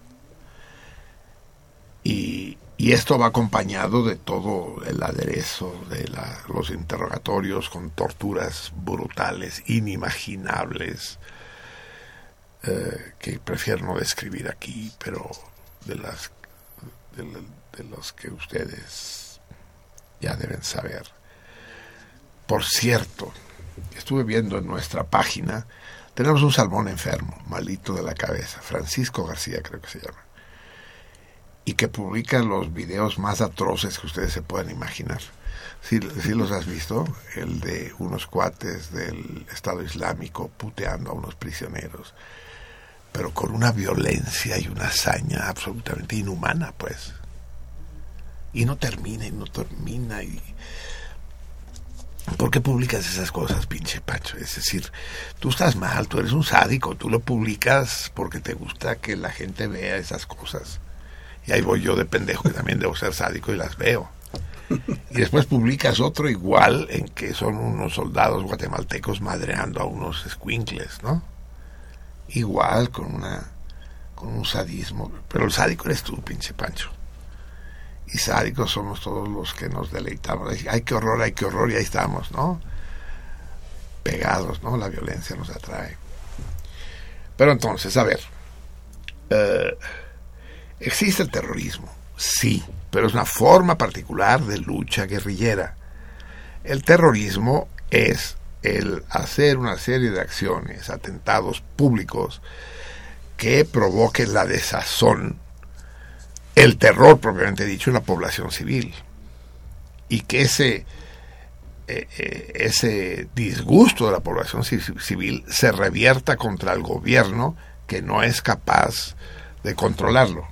Y, y esto va acompañado de todo el aderezo de la, los interrogatorios con torturas brutales, inimaginables, eh, que prefiero no describir aquí, pero de las de, de los que ustedes ya deben saber. Por cierto, estuve viendo en nuestra página, tenemos un salmón enfermo, malito de la cabeza, Francisco García creo que se llama, y que publica los videos más atroces que ustedes se puedan imaginar. ¿Sí, sí los has visto? El de unos cuates del Estado Islámico puteando a unos prisioneros, pero con una violencia y una hazaña absolutamente inhumana, pues. Y no termina, y no termina, y... ¿Por qué publicas esas cosas, pinche Pacho? Es decir, tú estás mal, tú eres un sádico, tú lo publicas porque te gusta que la gente vea esas cosas. Y ahí voy yo de pendejo, que también debo ser sádico y las veo. Y después publicas otro igual, en que son unos soldados guatemaltecos madreando a unos escuincles, ¿no? Igual, con una con un sadismo. Pero el sádico eres tú, pinche Pancho. Y sádicos somos todos los que nos deleitamos. Ay, qué horror, ay, qué horror, y ahí estamos, ¿no? Pegados, ¿no? La violencia nos atrae. Pero entonces, a ver, eh, ¿existe el terrorismo? Sí, pero es una forma particular de lucha guerrillera. El terrorismo es el hacer una serie de acciones, atentados públicos, que provoquen la desazón, el terror propiamente dicho, en la población civil, y que ese eh, eh, ese disgusto de la población civil se revierta contra el gobierno, que no es capaz de controlarlo.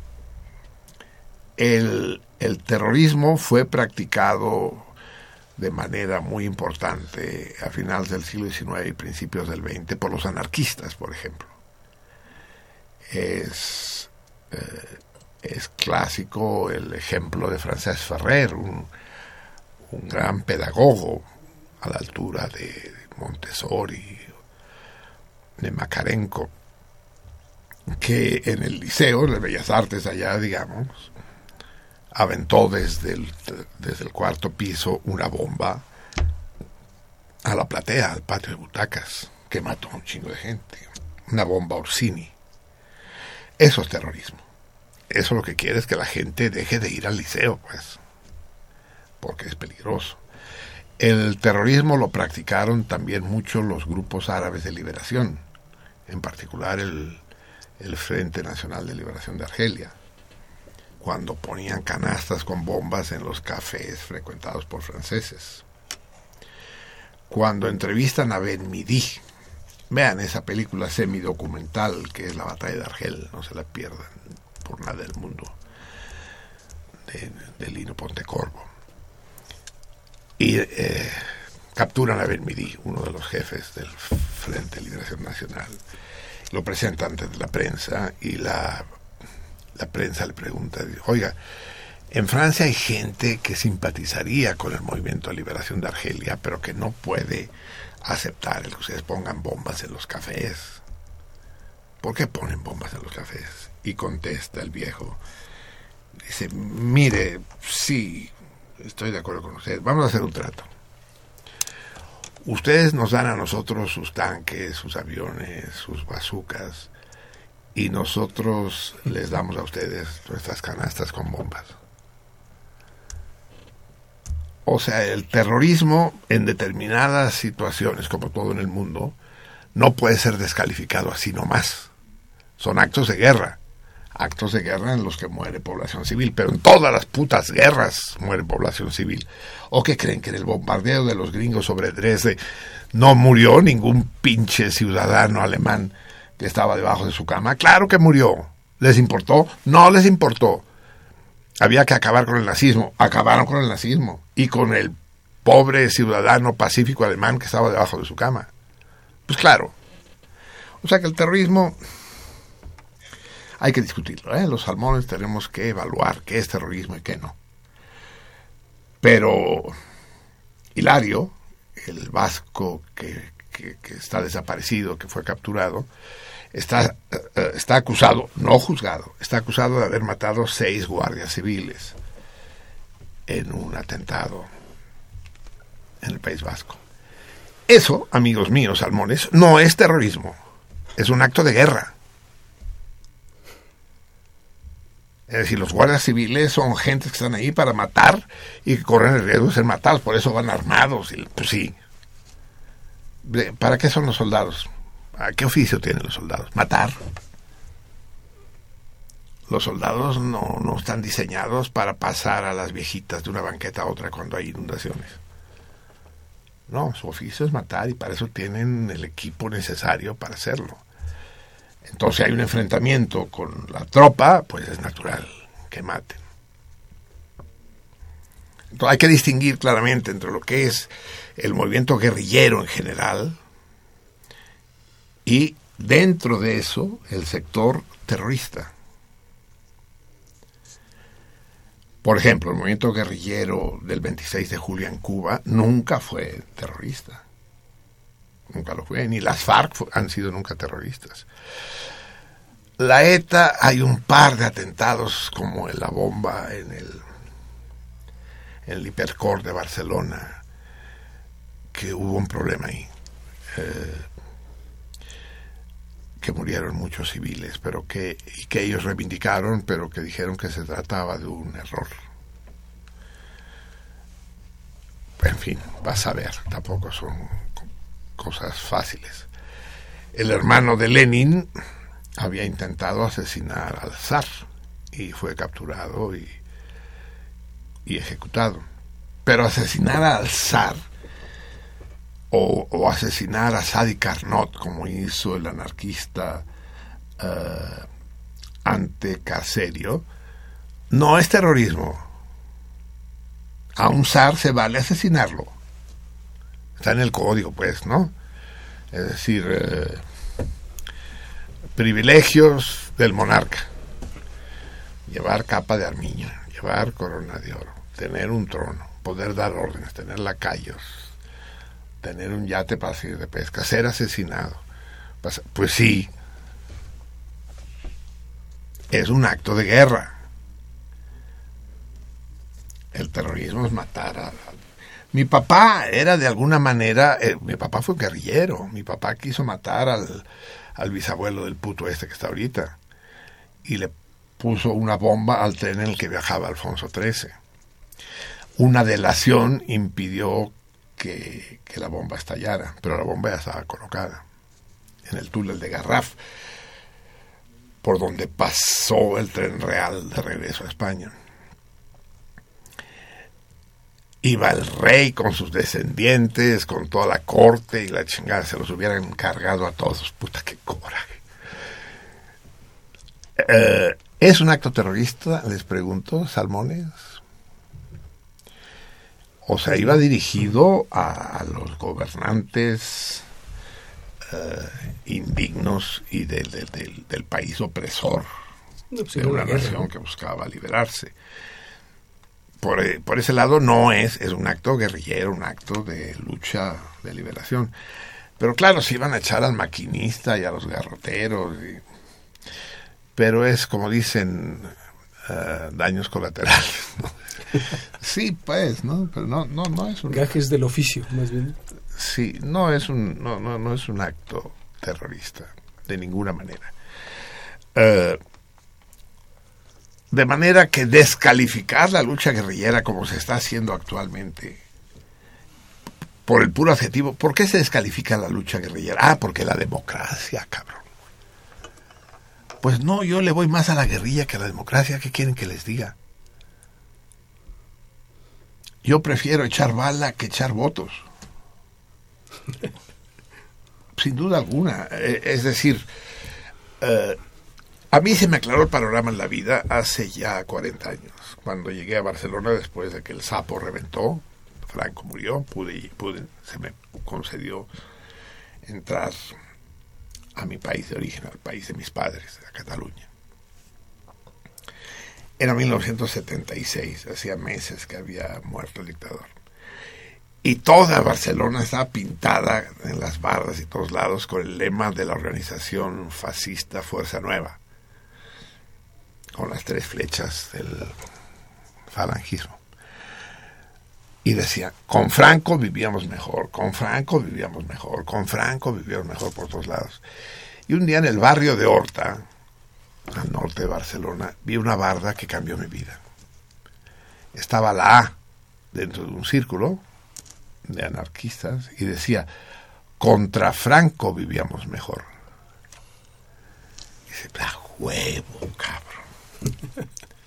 El, el terrorismo fue practicado de manera muy importante a finales del siglo diecinueve y principios del veinte por los anarquistas, por ejemplo. Es eh, es clásico el ejemplo de Francesc Ferrer, un, un gran pedagogo a la altura de Montessori, de Makarenko, que en el liceo de Bellas Artes allá, digamos, aventó desde el, desde el cuarto piso una bomba a la platea, al patio de butacas, que mató a un chingo de gente. Una bomba Orsini. Eso es terrorismo. Eso lo que quiere es que la gente deje de ir al liceo, pues, porque es peligroso. El terrorismo lo practicaron también mucho los grupos árabes de liberación, en particular el, el Frente Nacional de Liberación de Argelia, cuando ponían canastas con bombas en los cafés frecuentados por franceses. Cuando entrevistan a Ben Midi, vean esa película semidocumental que es La Batalla de Argel, no se la pierdan por nada del mundo, de, de Lino Pontecorvo. Y eh, capturan a Ben Midi, uno de los jefes del Frente de Liberación Nacional, lo presentan ante la prensa y la, la prensa le pregunta, oiga, en Francia hay gente que simpatizaría con el movimiento de liberación de Argelia, pero que no puede aceptar el que ustedes pongan bombas en los cafés. ¿Por qué ponen bombas en los cafés? Y contesta el viejo, dice, mire, sí, estoy de acuerdo con usted, vamos a hacer un trato. ustedes nos dan a nosotros sus tanques, sus aviones, sus bazucas, y nosotros les damos a ustedes nuestras canastas con bombas. O sea, el terrorismo en determinadas situaciones, como todo en el mundo, no puede ser descalificado así nomás. Son actos de guerra. Actos de guerra en los que muere población civil, pero en todas las putas guerras muere población civil. ¿O qué creen, que en el bombardeo de los gringos sobre Dresde no murió ningún pinche ciudadano alemán que estaba debajo de su cama? Claro que murió. ¿Les importó? No les importó. Había que acabar con el nazismo. Acabaron con el nazismo y con el pobre ciudadano pacífico alemán que estaba debajo de su cama. Pues claro. O sea que el terrorismo hay que discutirlo, ¿eh? Los salmones tenemos que evaluar qué es terrorismo y qué no. Pero Hilario, el vasco que, que, que está desaparecido, que fue capturado, está, uh, está acusado, no juzgado, está acusado de haber matado seis guardias civiles en un atentado en el País Vasco. Eso, amigos míos salmones, no es terrorismo, es un acto de guerra. Es decir, los guardias civiles son gentes que están ahí para matar y que corren el riesgo de ser matados, por eso van armados. Y, pues sí. ¿Para qué son los soldados? ¿A qué oficio tienen los soldados? Matar. Los soldados no, no están diseñados para pasar a las viejitas de una banqueta a otra cuando hay inundaciones. No, su oficio es matar y para eso tienen el equipo necesario para hacerlo. Entonces, si hay un enfrentamiento con la tropa, pues es natural que maten. Entonces, hay que distinguir claramente entre lo que es el movimiento guerrillero en general y, dentro de eso, el sector terrorista. Por ejemplo, el movimiento guerrillero del veintiséis de julio en Cuba nunca fue terrorista. Nunca lo fue, ni las FARC han sido nunca terroristas. La ETA, hay un par de atentados como en la bomba en el, en el Hipercor de Barcelona, que hubo un problema ahí, eh, que murieron muchos civiles, pero que, y que ellos reivindicaron, pero que dijeron que se trataba de un error. En fin, vas a ver, tampoco son cosas fáciles. El hermano de Lenin había intentado asesinar al zar y fue capturado y, y ejecutado. Pero asesinar al zar o, o asesinar a Sadi Carnot, como hizo el anarquista uh, Ante Caserio, no es terrorismo. A un zar se vale asesinarlo. Está en el código, pues, ¿no? Es decir, eh, privilegios del monarca. Llevar capa de armiño, llevar corona de oro, tener un trono, poder dar órdenes, tener lacayos, tener un yate para seguir de pesca, ser asesinado. Pues sí, es un acto de guerra. El terrorismo es matar a... Mi papá era de alguna manera, eh, mi papá fue guerrillero, mi papá quiso matar al, al bisabuelo del puto este que está ahorita y le puso una bomba al tren en el que viajaba Alfonso trece. Una delación impidió que, que la bomba estallara, pero la bomba ya estaba colocada en el túnel de Garraf, por donde pasó el tren real de regreso a España. Iba el rey con sus descendientes, con toda la corte y la chingada, se los hubieran cargado a todos. Puta, qué coraje. Eh, ¿Es un acto terrorista? Les pregunto, salmones. O sea, iba dirigido a, a los gobernantes eh, indignos y del, del, del, del país opresor, no, pues de una nación que buscaba liberarse. Por, por ese lado no es, es un acto guerrillero, un acto de lucha de liberación. Pero claro, se iban a echar al maquinista y a los garroteros. Y, pero es, como dicen, uh, daños colaterales, ¿no? Sí, pues, ¿no? Pero no, no, no es un... Gajes del oficio, más bien. Sí, no es un, no, no, no es un acto terrorista, de ninguna manera. Uh, de manera que descalificar la lucha guerrillera como se está haciendo actualmente, por el puro adjetivo, ¿por qué se descalifica la lucha guerrillera? Ah, porque la democracia, cabrón. Pues no, yo le voy más a la guerrilla que a la democracia. ¿Qué quieren que les diga? Yo prefiero echar bala que echar votos. Sin duda alguna. Es decir, eh, a mí se me aclaró el panorama en la vida hace ya cuarenta años, cuando llegué a Barcelona después de que el Sapo reventó, Franco murió, pude, pude, se me concedió entrar a mi país de origen, al país de mis padres, a Cataluña. Era mil novecientos setenta y seis, hacía meses que había muerto el dictador. Y toda Barcelona estaba pintada en las bardas y todos lados con el lema de la organización fascista Fuerza Nueva, con las tres flechas del falangismo. Y decía, con Franco vivíamos mejor, con Franco vivíamos mejor, con Franco vivíamos mejor por todos lados. Y un día en el barrio de Horta, al norte de Barcelona, vi una barda que cambió mi vida. Estaba la A dentro de un círculo de anarquistas y decía, contra Franco vivíamos mejor. Y dice, a huevo, cabrón.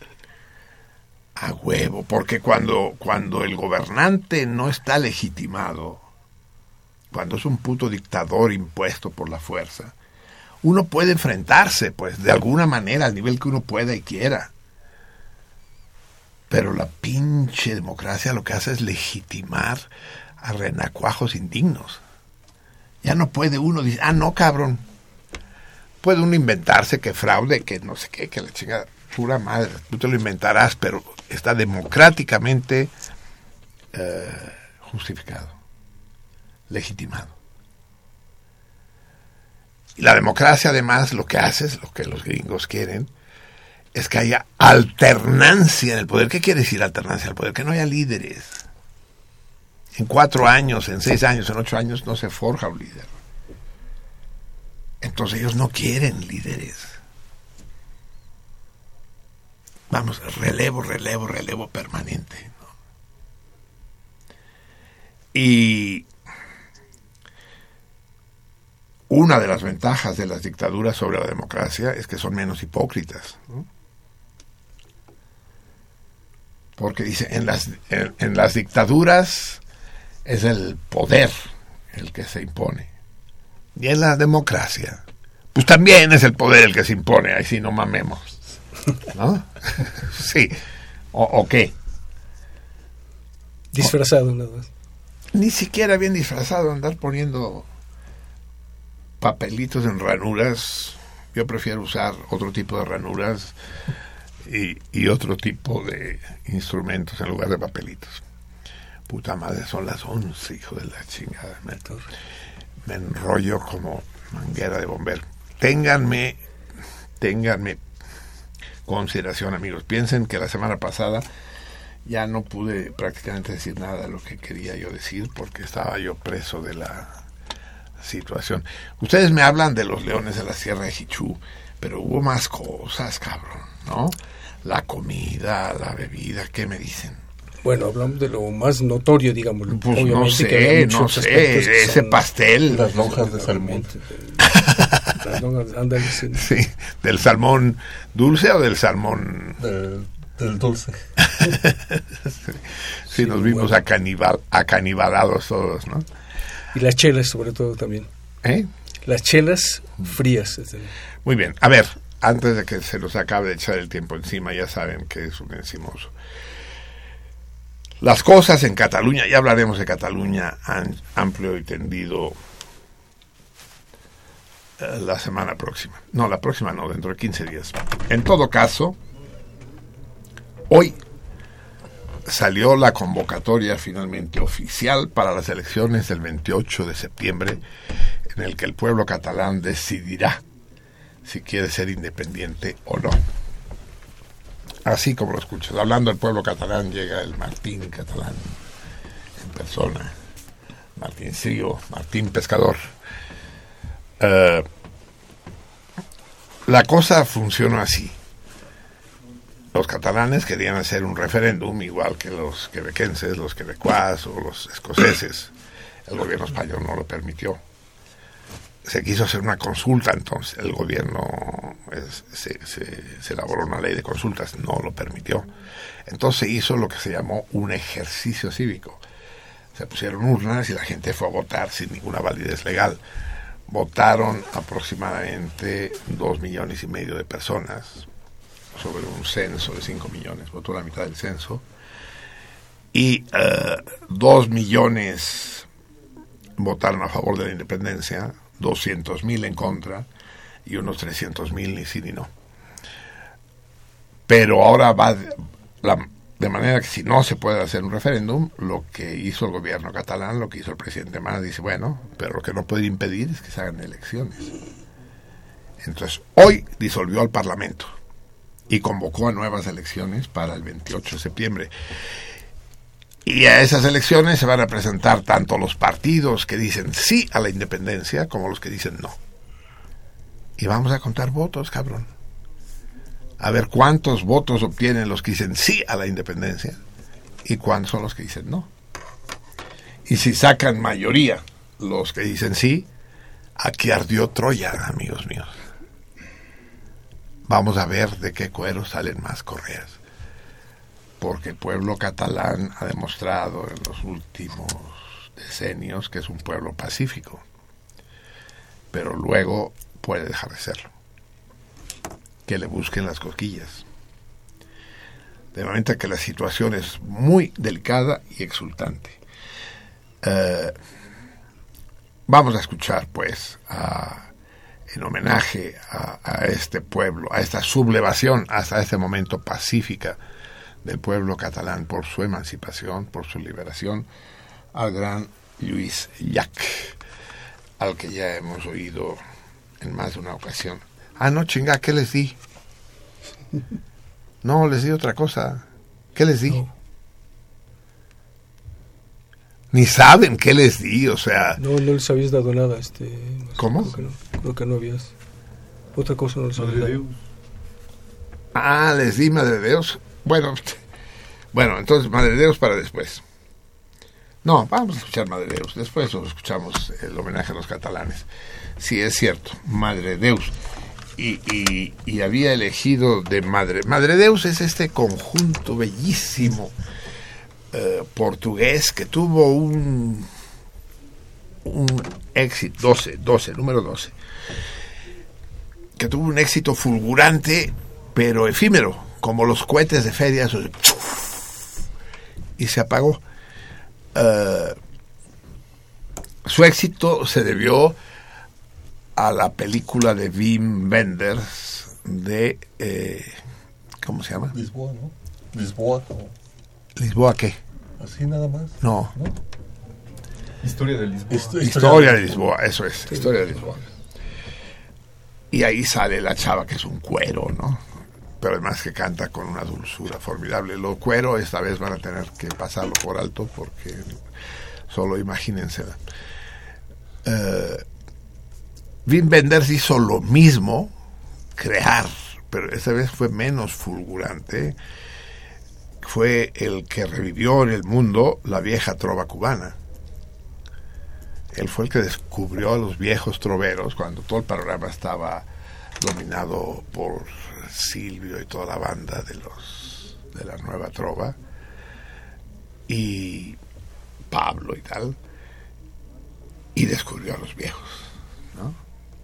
A huevo, porque cuando, cuando el gobernante no está legitimado, cuando es un puto dictador impuesto por la fuerza, uno puede enfrentarse, pues, de alguna manera, al nivel que uno pueda y quiera. Pero la pinche democracia lo que hace es legitimar a renacuajos indignos. Ya no puede uno decir, ah, no, cabrón. Puede uno inventarse que fraude, que no sé qué, que la chingada, pura madre, tú te lo inventarás, pero está democráticamente eh, justificado, legitimado. Y la democracia, además, lo que hace es lo que los gringos quieren, es que haya alternancia en el poder. ¿Qué quiere decir alternancia en el poder? Que no haya líderes. En cuatro años, en seis años, en ocho años no se forja un líder. Entonces ellos no quieren líderes. Vamos, relevo, relevo, relevo permanente, ¿no? Y una de las ventajas de las dictaduras sobre la democracia es que son menos hipócritas, ¿no? Porque dice, en las, en, en las dictaduras es el poder el que se impone. Y en la democracia, pues también es el poder el que se impone. Ahí sí no mamemos, ¿no? Sí. ¿O, o qué? Disfrazado, nada más. Ni siquiera bien disfrazado, andar poniendo papelitos en ranuras. Yo prefiero usar otro tipo de ranuras y, y otro tipo de instrumentos en lugar de papelitos. Puta madre, son las once, hijo de la chingada. Me, me enrollo como manguera de bombero. Ténganme, ténganme consideración, amigos. Piensen que la semana pasada ya no pude prácticamente decir nada de lo que quería yo decir porque estaba yo preso de la situación. Ustedes me hablan de los leones de la Sierra de Jichú, pero hubo más cosas, cabrón, ¿no? La comida, la bebida, ¿qué me dicen? Bueno, hablamos de lo más notorio, digamos. Pues no sé, no sé, ese son pastel. Las lonjas de salmón. Las lonjas, ándale, sí. Sí, ¿del salmón dulce o del salmón? Del, del dulce. sí, sí, nos vimos bueno. acanibal, acanibalados todos, ¿no? Y las chelas, sobre todo, también. ¿Eh? Las chelas frías. Muy bien, a ver, antes de que se nos acabe de echar el tiempo encima, ya saben que es un encimoso. Las cosas en Cataluña, ya hablaremos de Cataluña an, amplio y tendido eh, la semana próxima. No, la próxima no, dentro de quince días. En todo caso, hoy salió la convocatoria finalmente oficial para las elecciones del veintiocho de septiembre, en el que el pueblo catalán decidirá si quiere ser independiente o no. Así como lo escuchas, hablando del pueblo catalán, llega el Martín catalán en persona, Martincillo, Martín Pescador. Uh, la cosa funcionó así. Los catalanes querían hacer un referéndum, igual que los quebequenses, los quebecuas o los escoceses. El gobierno español no lo permitió. Se quiso hacer una consulta, entonces el gobierno es, se, se, se elaboró una ley de consultas, no lo permitió. Entonces se hizo lo que se llamó un ejercicio cívico. Se pusieron urnas y la gente fue a votar sin ninguna validez legal. Votaron aproximadamente dos millones y medio de personas sobre un censo de cinco millones. Votó la mitad del censo. Y uh, dos millones votaron a favor de la independencia, doscientos mil en contra y unos trescientos mil ni sí ni no. Pero ahora va de, la, de manera que si no se puede hacer un referéndum, lo que hizo el gobierno catalán, lo que hizo el presidente Mas, dice, bueno, pero lo que no puede impedir es que se hagan elecciones. Entonces, hoy disolvió al Parlamento y convocó a nuevas elecciones para el veintiocho de septiembre. Y a esas elecciones se van a presentar tanto los partidos que dicen sí a la independencia como los que dicen no. Y vamos a contar votos, cabrón. A ver cuántos votos obtienen los que dicen sí a la independencia y cuántos son los que dicen no. Y si sacan mayoría los que dicen sí, aquí ardió Troya, amigos míos. Vamos a ver de qué cuero salen más correas. Porque el pueblo catalán ha demostrado en los últimos decenios que es un pueblo pacífico, pero luego puede dejar de serlo. Que le busquen las cosquillas. De momento que la situación es muy delicada y exultante. Uh, vamos a escuchar, pues, a, en homenaje a, a este pueblo, a esta sublevación hasta este momento pacífica del pueblo catalán por su emancipación, por su liberación, al gran Lluís Llach, al que ya hemos oído en más de una ocasión. Ah, no, chinga, ¿qué les di? No, les di otra cosa. ¿Qué les di? No. Ni saben qué les di, o sea... No, no les habías dado nada, este... ¿Cómo? Creo que no, creo que no habías... Otra cosa no les habías dado. Ah, les di Madre de Dios. Bueno, bueno, entonces Madre de Dios para después. No, vamos a escuchar Madre de Dios. Después escuchamos el homenaje a los catalanes. Sí, es cierto, Madre de Dios. Y, y, y había elegido de Madre. Madre Deus es este conjunto bellísimo eh, portugués que tuvo un, un éxito, doce, doce, número doce, que tuvo un éxito fulgurante, pero efímero, como los cohetes de feria, y se apagó. Uh, su éxito se debió a la película de Wim Wenders de eh, ¿cómo se llama? Lisboa, ¿no? Lisboa. ¿no? ¿Lisboa qué? Así nada más. No. ¿No? Historia de Lisboa. Hist- historia, historia de Lisboa, eso es, sí. Historia de Lisboa. Y ahí sale la chava que es un cuero, ¿no? Pero además que canta con una dulzura formidable. Lo cuero esta vez van a tener que pasarlo por alto porque solo imagínensela. Uh, Wim Wenders hizo lo mismo, crear, pero esta vez fue menos fulgurante. Fue el que revivió en el mundo la vieja trova cubana. Él fue el que descubrió a los viejos troveros cuando todo el panorama estaba dominado por Silvio y toda la banda de los de la nueva trova y Pablo y tal, y descubrió a los viejos, ¿no?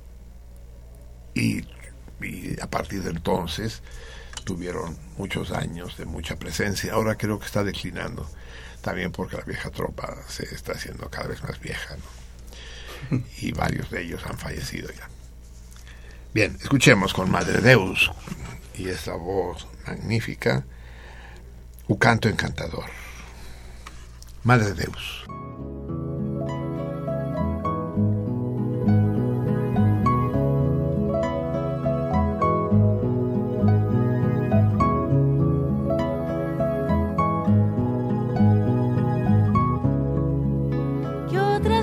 Y, y a partir de entonces tuvieron muchos años de mucha presencia. Ahora creo que está declinando, también porque la vieja tropa se está haciendo cada vez más vieja, ¿no? Y varios de ellos han fallecido ya. Bien, escuchemos con Madre Deus y esa voz magnífica, un canto encantador. Madre Deus. Yo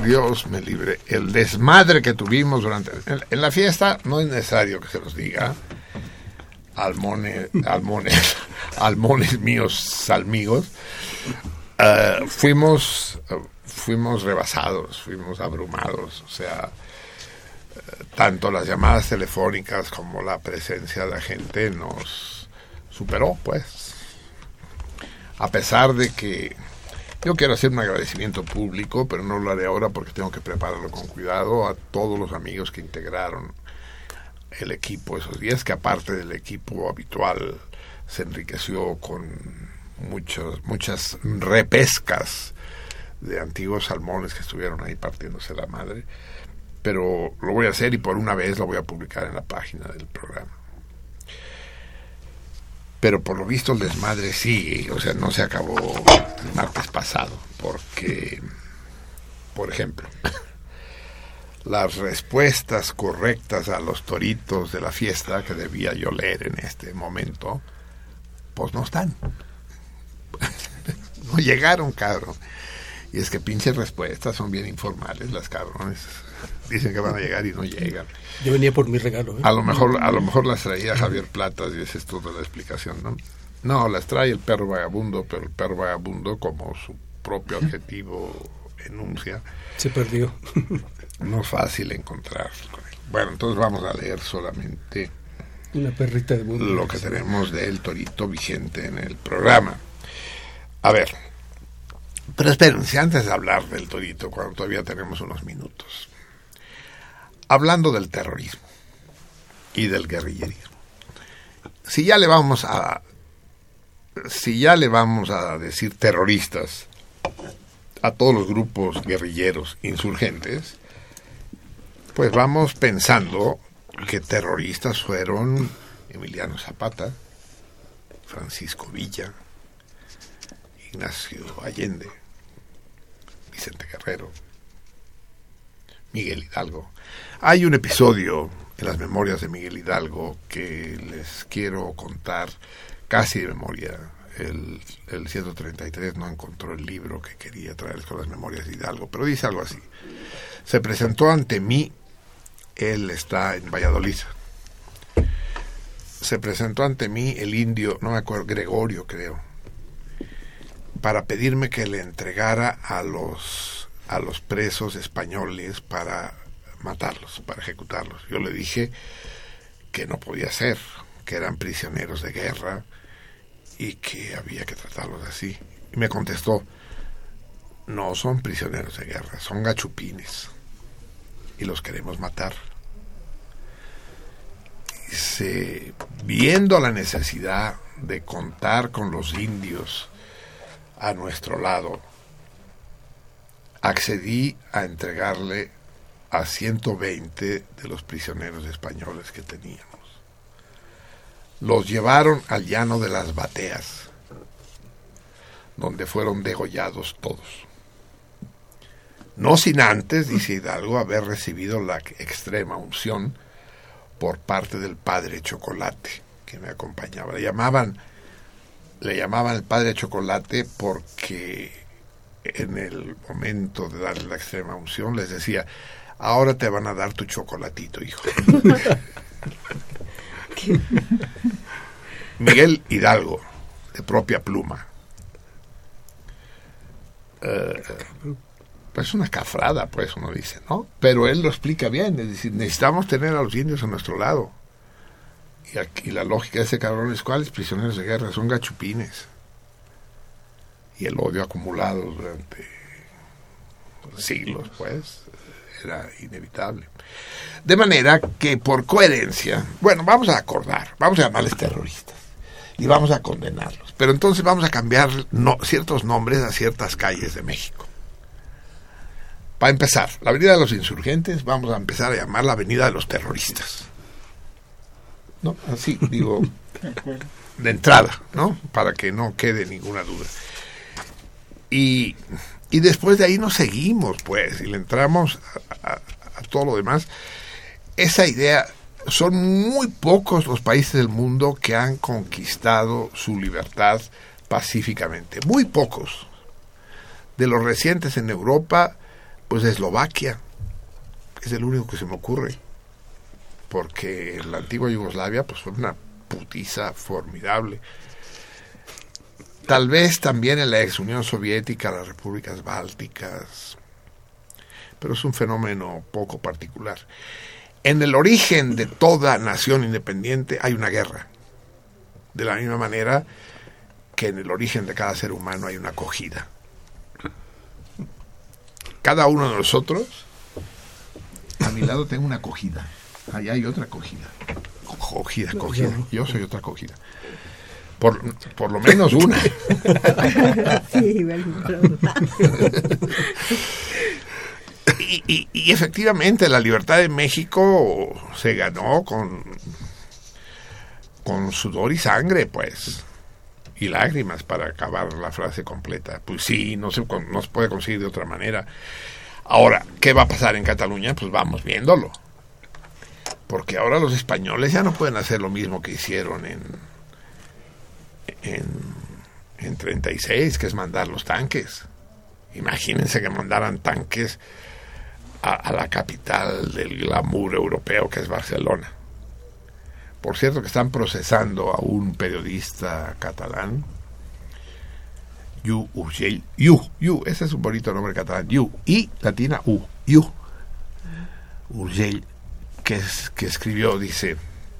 Dios me libre, el desmadre que tuvimos durante... En, en la fiesta no es necesario que se los diga, almones, almones, almones míos salmigos, uh, fuimos, uh, fuimos rebasados, fuimos abrumados, o sea, uh, tanto las llamadas telefónicas como la presencia de la gente nos superó, pues, a pesar de que yo quiero hacer un agradecimiento público, pero no lo haré ahora porque tengo que prepararlo con cuidado, a todos los amigos que integraron el equipo esos días, que aparte del equipo habitual se enriqueció con muchos, muchas repescas de antiguos salmones que estuvieron ahí partiéndose la madre, pero lo voy a hacer y por una vez lo voy a publicar en la página del programa. Pero por lo visto el desmadre sigue, o sea, no se acabó el martes pasado, porque, por ejemplo, las respuestas correctas a los toritos de la fiesta que debía yo leer en este momento, pues no están. No llegaron, cabrón. Y es que pinches respuestas son bien informales, las cabrones. Dicen que van a llegar y no llegan. Yo venía por mi regalo, ¿eh? A lo mejor, a lo mejor las traía Javier Platas y esa es toda la explicación, ¿no? No, las trae el perro vagabundo, pero el perro vagabundo, como su propio adjetivo enuncia, se perdió. No es fácil encontrar con él. Bueno, entonces vamos a leer solamente una perrita de mundo, lo que tenemos del torito vigente en el programa. A ver, pero espérense, antes de hablar del torito, cuando todavía tenemos unos minutos, hablando del terrorismo y del guerrillerismo, si ya le vamos a si ya le vamos a decir terroristas a todos los grupos guerrilleros insurgentes, pues vamos pensando que terroristas fueron Emiliano Zapata, Francisco Villa, Ignacio Allende, Vicente Guerrero, Miguel Hidalgo. Hay un episodio en las memorias de Miguel Hidalgo que les quiero contar casi de memoria. El, el ciento treinta y tres no encontró el libro que quería traerles con las memorias de Hidalgo, pero dice algo así: se presentó ante mí, él está en Valladolid, se presentó ante mí el indio, no me acuerdo, Gregorio creo, para pedirme que le entregara a los a los presos españoles para matarlos, para ejecutarlos. Yo le dije que no podía ser, que eran prisioneros de guerra y que había que tratarlos así. Y me contestó: no son prisioneros de guerra, son gachupines y los queremos matar. Y se, viendo la necesidad de contar con los indios a nuestro lado, accedí a entregarle a ciento veinte de los prisioneros españoles que teníamos. Los llevaron al llano de las Bateas, donde fueron degollados todos. No sin antes, dice Hidalgo, haber recibido la extrema unción por parte del padre Chocolate, que me acompañaba. Le llamaban, le llamaban el padre Chocolate porque en el momento de darle la extrema unción les decía: ahora te van a dar tu chocolatito, hijo. Miguel Hidalgo, de propia pluma. Eh, pues una cafrada, pues uno dice, ¿no? Pero él lo explica bien, es decir, necesitamos tener a los indios a nuestro lado. Y aquí la lógica de ese cabrón es: ¿cuáles prisioneros de guerra? Son gachupines. Y el odio acumulado durante siglos, pues, era inevitable. De manera que, por coherencia, bueno, vamos a acordar, vamos a llamarles terroristas y vamos a condenarlos, pero entonces vamos a cambiar no, ciertos nombres a ciertas calles de México. Para empezar, la Avenida de los Insurgentes vamos a empezar a llamar la Avenida de los Terroristas, ¿no? Así digo, de entrada, ¿no? Para que no quede ninguna duda. Y, y después de ahí nos seguimos, pues, y le entramos a, a, a todo lo demás. Esa idea, son muy pocos los países del mundo que han conquistado su libertad pacíficamente, muy pocos. De los recientes en Europa, Pues Eslovaquia, es el único que se me ocurre, porque la antigua Yugoslavia pues fue una putiza formidable. Tal vez también en la ex Unión Soviética, las repúblicas bálticas, pero es un fenómeno poco particular. En el origen de toda nación independiente hay una guerra, de la misma manera que en el origen de cada ser humano hay una acogida. Cada uno de nosotros, a mi lado tengo una acogida, allá hay otra acogida, acogida, acogida, yo soy otra acogida. Por, por lo menos una. Sí, bueno. y, y, y efectivamente la libertad de México se ganó con, con sudor y sangre, pues, y lágrimas, para acabar la frase completa. Pues sí, no se, no se puede conseguir de otra manera. Ahora, ¿qué va a pasar en Cataluña? Pues vamos viéndolo. Porque ahora los españoles ya no pueden hacer lo mismo que hicieron en... En, en treinta y seis, que es mandar los tanques. Imagínense que mandaran tanques a, a la capital del glamour europeo, que es Barcelona. Por cierto, que están procesando a un periodista catalán, Yu Urgell, Yu, Yu, ese es un bonito nombre catalán, Yu, y latina U, Yu Urgell, que, es, que escribió, dice: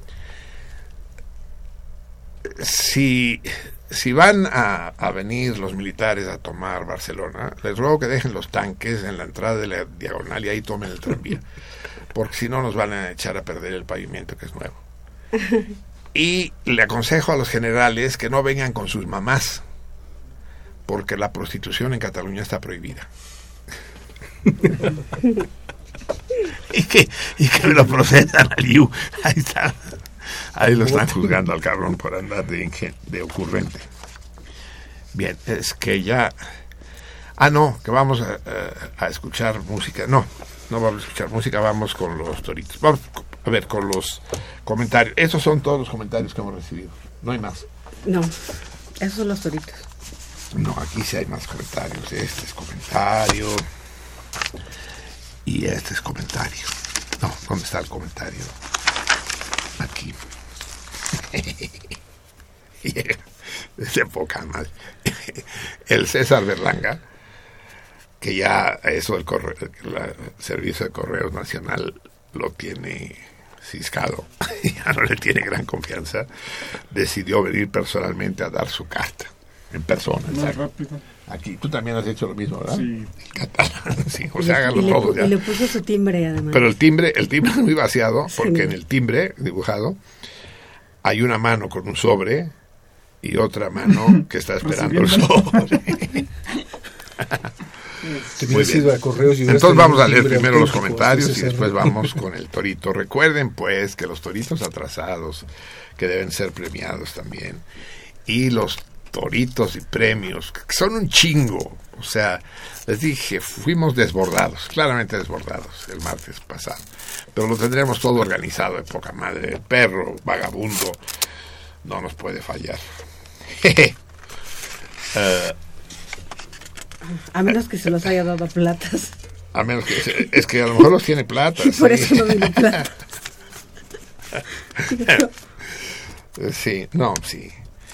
Si, si van a, a venir los militares a tomar Barcelona, les ruego que dejen los tanques en la entrada de la diagonal y ahí tomen el tranvía, porque si no nos van a echar a perder el pavimento, que es nuevo. Y le aconsejo a los generales que no vengan con sus mamás, porque la prostitución en Cataluña está prohibida. y, que, y que me lo procesan al I U. Ahí está. Ahí lo están juzgando al cabrón por andar de, ingen- de ocurrente. Bien, es que ya... Ah, no, que vamos a, a, a escuchar música. No, no vamos a escuchar música, vamos con los toritos. Vamos a ver, con los comentarios. Esos son todos los comentarios que hemos recibido. No hay más. No, esos son los toritos. No, aquí sí hay más comentarios. Este es comentario. Y este es comentario. No, ¿dónde está el comentario? Aquí. De poca madre. El César Berlanga, que ya eso el, correo, el Servicio de Correos Nacional lo tiene ciscado, ya no le tiene gran confianza, decidió venir personalmente a dar su carta, en persona. Más rápido. Aquí, tú también has hecho lo mismo, ¿verdad? Sí. Catalán, sí, o Y sea, le- háganlo y le todos pu- ya. Y le puso su timbre, además. Pero el timbre, el timbre es muy vaciado, Sí. porque en el timbre dibujado hay una mano con un sobre y otra mano que está esperando el sobre. Te Muy hubieras bien. ido a correos y hubieras Entonces vamos a tenido leer timbre primero los auténtico, comentarios y entonces, después eh, vamos con el torito. Recuerden pues que los toritos atrasados, que deben ser premiados también, y los toritos y premios, que son un chingo. O sea, les dije, fuimos desbordados, claramente desbordados el martes pasado, pero lo tendremos todo organizado de poca madre. El perro vagabundo no nos puede fallar. uh, A menos que se los haya dado a platas. a menos que se- es que a lo mejor los tiene plata. Y por sí. eso no vino plata. Sí, no, sí.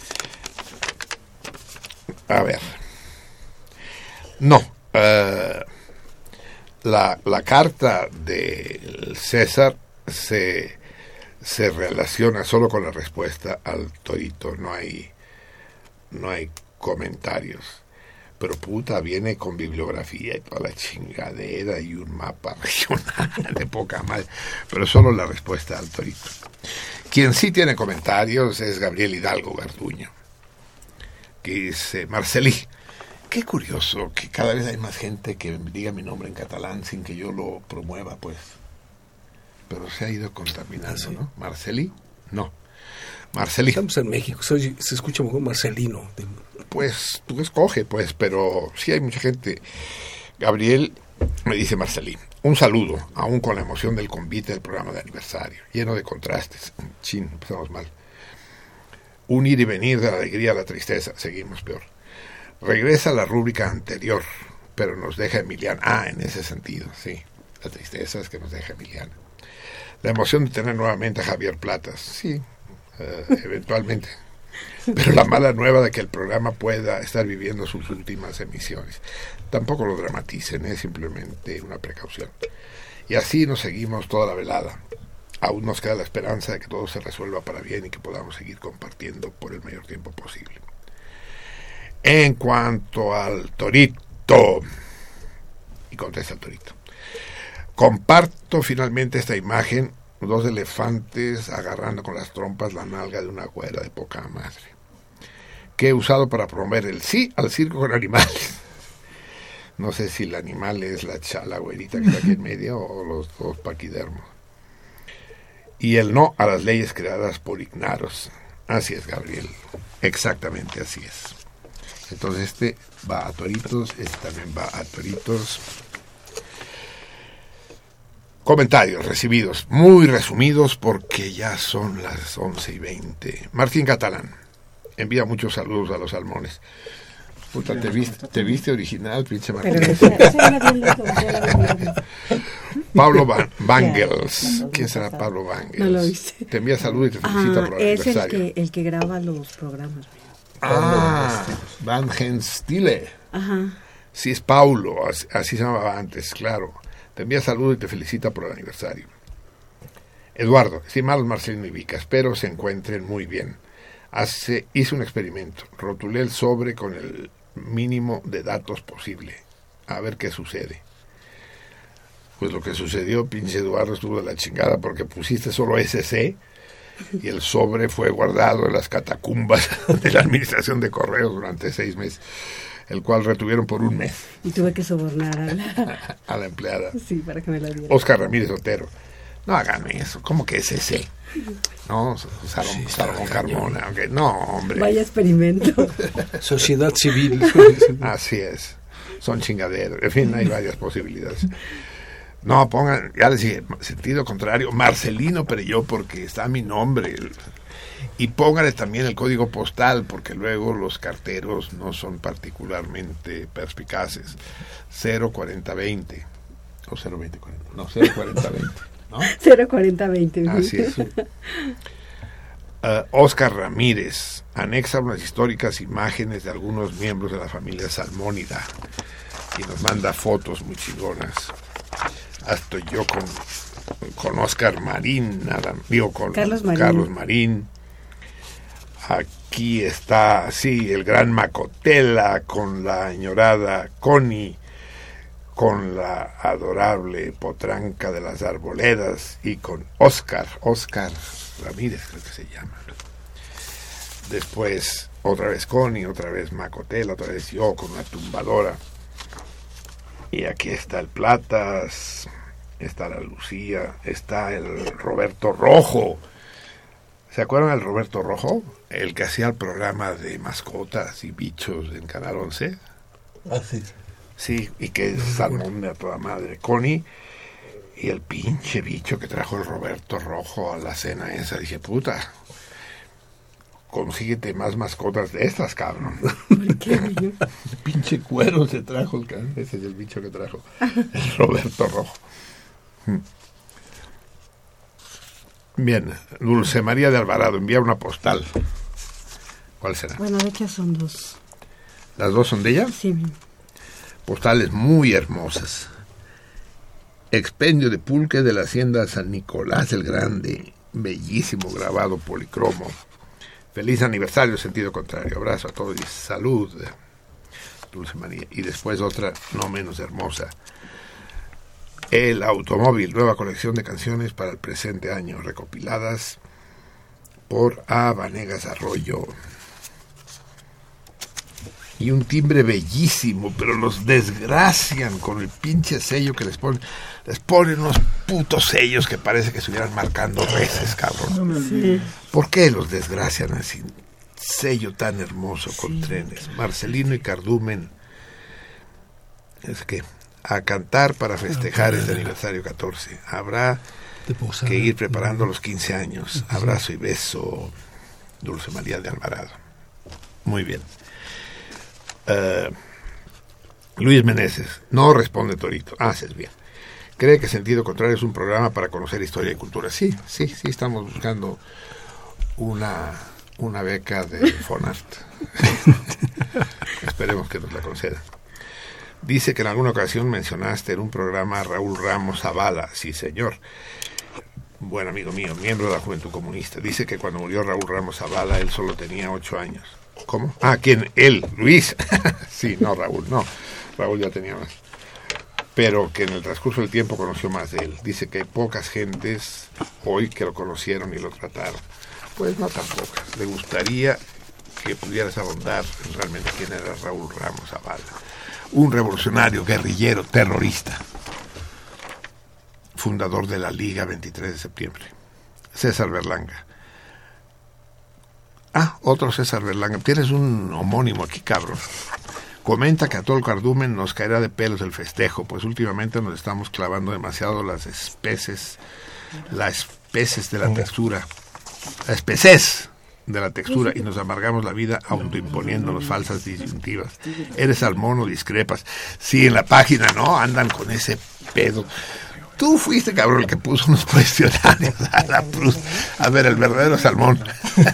A ver. No. eh, la, la carta del César se, se relaciona solo con la respuesta al torito. No hay, no hay comentarios. Pero puta, viene con bibliografía y toda la chingadera y un mapa regional de poca madre. Pero solo la respuesta al torito. Quien sí tiene comentarios es Gabriel Hidalgo Garduño, que dice: Marcelí, qué curioso que cada vez hay más gente que diga mi nombre en catalán sin que yo lo promueva, pues. Pero se ha ido contaminando, Ah, sí. ¿no? Marcelí, no. Marcelí, Estamos en México, se, oye- se escucha mejor Marcelino. De- pues tú escoge, pues, pero sí hay mucha gente. Gabriel me dice: Marcelí, un saludo, aún con la emoción del convite del programa de aniversario, lleno de contrastes. Chin, empezamos mal. Un ir y venir de la alegría a la tristeza, seguimos peor. Regresa a la rúbrica anterior, pero nos deja Emiliana. Ah, en ese sentido, sí. La tristeza es que nos deja Emiliana. La emoción de tener nuevamente a Javier Platas, sí, uh, eventualmente. Pero la mala nueva de que el programa pueda estar viviendo sus últimas emisiones. Tampoco lo dramaticen, es simplemente una precaución. Y así nos seguimos toda la velada. Aún nos queda la esperanza de que todo se resuelva para bien y que podamos seguir compartiendo por el mayor tiempo posible. En cuanto al Torito, y contesta el Torito, comparto finalmente esta imagen, dos elefantes agarrando con las trompas la nalga de una güera de poca madre, que he usado para promover el sí al circo con animales. No sé si el animal es la chala güerita que está aquí en medio o los dos paquidermos. Y el no a las leyes creadas por Ignaros. Así es, Gabriel. Exactamente así es. Entonces este va a Toritos, este también va a Toritos. Comentarios recibidos, muy resumidos porque ya son las once y veinte. Martín Catalán envía muchos saludos a los salmones. Puta, te viste, te viste original, pinche Martín. Pablo Van, Bangels. ¿Quién será Pablo Bangels? No lo viste. Te envía saludos y te felicita ah, por el es aniversario. el que, el que graba los programas. Ah, Van Genstile. Ajá. Sí, es Paulo, así, así se llamaba antes, claro. Te envía saludos y te felicita por el aniversario. Eduardo, estimados Marcelino y Vika, espero se encuentren muy bien. Hace, hice un experimento, rotulé el sobre con el mínimo de datos posible, a ver qué sucede. Pues lo que sucedió, pinche Eduardo, estuvo de la chingada porque pusiste solo ese ce y el sobre fue guardado en las catacumbas de la administración de correos durante seis meses, el cual retuvieron por un mes. Y tuve que sobornar a la, a la empleada. Sí, para que me la diera. Oscar Ramírez Otero. No hagan eso, ¿cómo que es ese? No, Salomón sí, Salomón Carmona, aunque no, hombre. Vaya experimento. Sociedad civil. Así es, son chingaderos. En fin, hay varias posibilidades. No, pongan, ya les dije, sentido contrario, Marcelino Perelló, porque está mi nombre. Y pónganle también el código postal, porque luego los carteros no son particularmente perspicaces. cero cuarenta veinte o cero veinte cuarenta, no, cero cuarenta veinte, ¿no? cero cuarenta veinte. Así es. Uh, Oscar Ramírez anexa unas históricas imágenes de algunos miembros de la familia Salmónida y nos manda fotos muy chingonas. Hasta yo con, con Oscar Marín, nada, digo con Carlos Marín. Carlos Marín. Aquí está, sí, el gran Macotela con la añorada Connie, con la adorable Potranca de las Arboledas y con Oscar, Oscar Ramírez creo que se llama. Después otra vez Connie, otra vez Macotela, otra vez yo con una tumbadora. Y aquí está el Platas, está la Lucía, está el Roberto Rojo. ¿Se acuerdan del Roberto Rojo? El que hacía el programa de mascotas y bichos en Canal once. Ah, sí. Sí, y que es salmón de a toda madre. Connie y el pinche bicho que trajo el Roberto Rojo a la cena esa. Dije, puta, consíguete más mascotas de estas, cabrón. ¿Por qué? El pinche cuero se trajo el cabrón. Ese es el bicho que trajo el Roberto Rojo. Bien, Dulce María de Alvarado envía una postal. ¿Cuál será? Bueno, de hecho son dos. ¿Las dos son de ella? Sí. Postales muy hermosas. Expendio de pulque de la hacienda San Nicolás el Grande. Bellísimo grabado policromo. Feliz aniversario, sentido contrario. Abrazo a todos y salud, Dulce María. Y después otra no menos hermosa. El automóvil, nueva colección de canciones para el presente año, recopiladas por A. Vanegas Arroyo. Y un timbre bellísimo, pero los desgracian con el pinche sello que les ponen. Les ponen unos putos sellos que parece que estuvieran marcando reses, cabrón. Sí. ¿Por qué los desgracian así? Sello tan hermoso con sí. trenes. Marcelino y Cardumen. Es que a cantar para festejar este aniversario catorce. Habrá que ir preparando los quince años. Abrazo y beso, Dulce María de Alvarado. Muy bien. Uh, Luis Meneses, no responde Torito. Ah, haces bien. ¿Cree que Sentido Contrario es un programa para conocer historia y cultura? Sí, sí, sí, estamos buscando una, una beca de Fonart. Esperemos que nos la concedan. Dice que en alguna ocasión mencionaste en un programa a Raúl Ramos Zavala. Sí, señor. Buen amigo mío, miembro de la Juventud Comunista. Dice que cuando murió Raúl Ramos Zavala, él solo tenía ocho años. ¿Cómo? Ah, ¿quién? Él, Luis. Sí, no, Raúl, no. Raúl ya tenía más. Pero que en el transcurso del tiempo conoció más de él. Dice que hay pocas gentes hoy que lo conocieron y lo trataron. Pues no tan pocas. Le gustaría que pudieras abundar en realmente quién era Raúl Ramos Zavala. Un revolucionario, guerrillero, terrorista. Fundador de la Liga veintitrés de septiembre. César Berlanga. Ah, otro César Berlanga. Tienes un homónimo aquí, cabrón. Comenta que a todo el cardumen nos caerá de pelos el festejo, pues últimamente nos estamos clavando demasiado las especies, las especies de la textura, la especez de la textura, y nos amargamos la vida autoimponiéndonos falsas disyuntivas. ¿Eres salmón o discrepas? Sí, en la página, ¿no? Andan con ese pedo. Tú fuiste, cabrón, el que puso unos cuestionarios a la Proust. A ver, el verdadero salmón.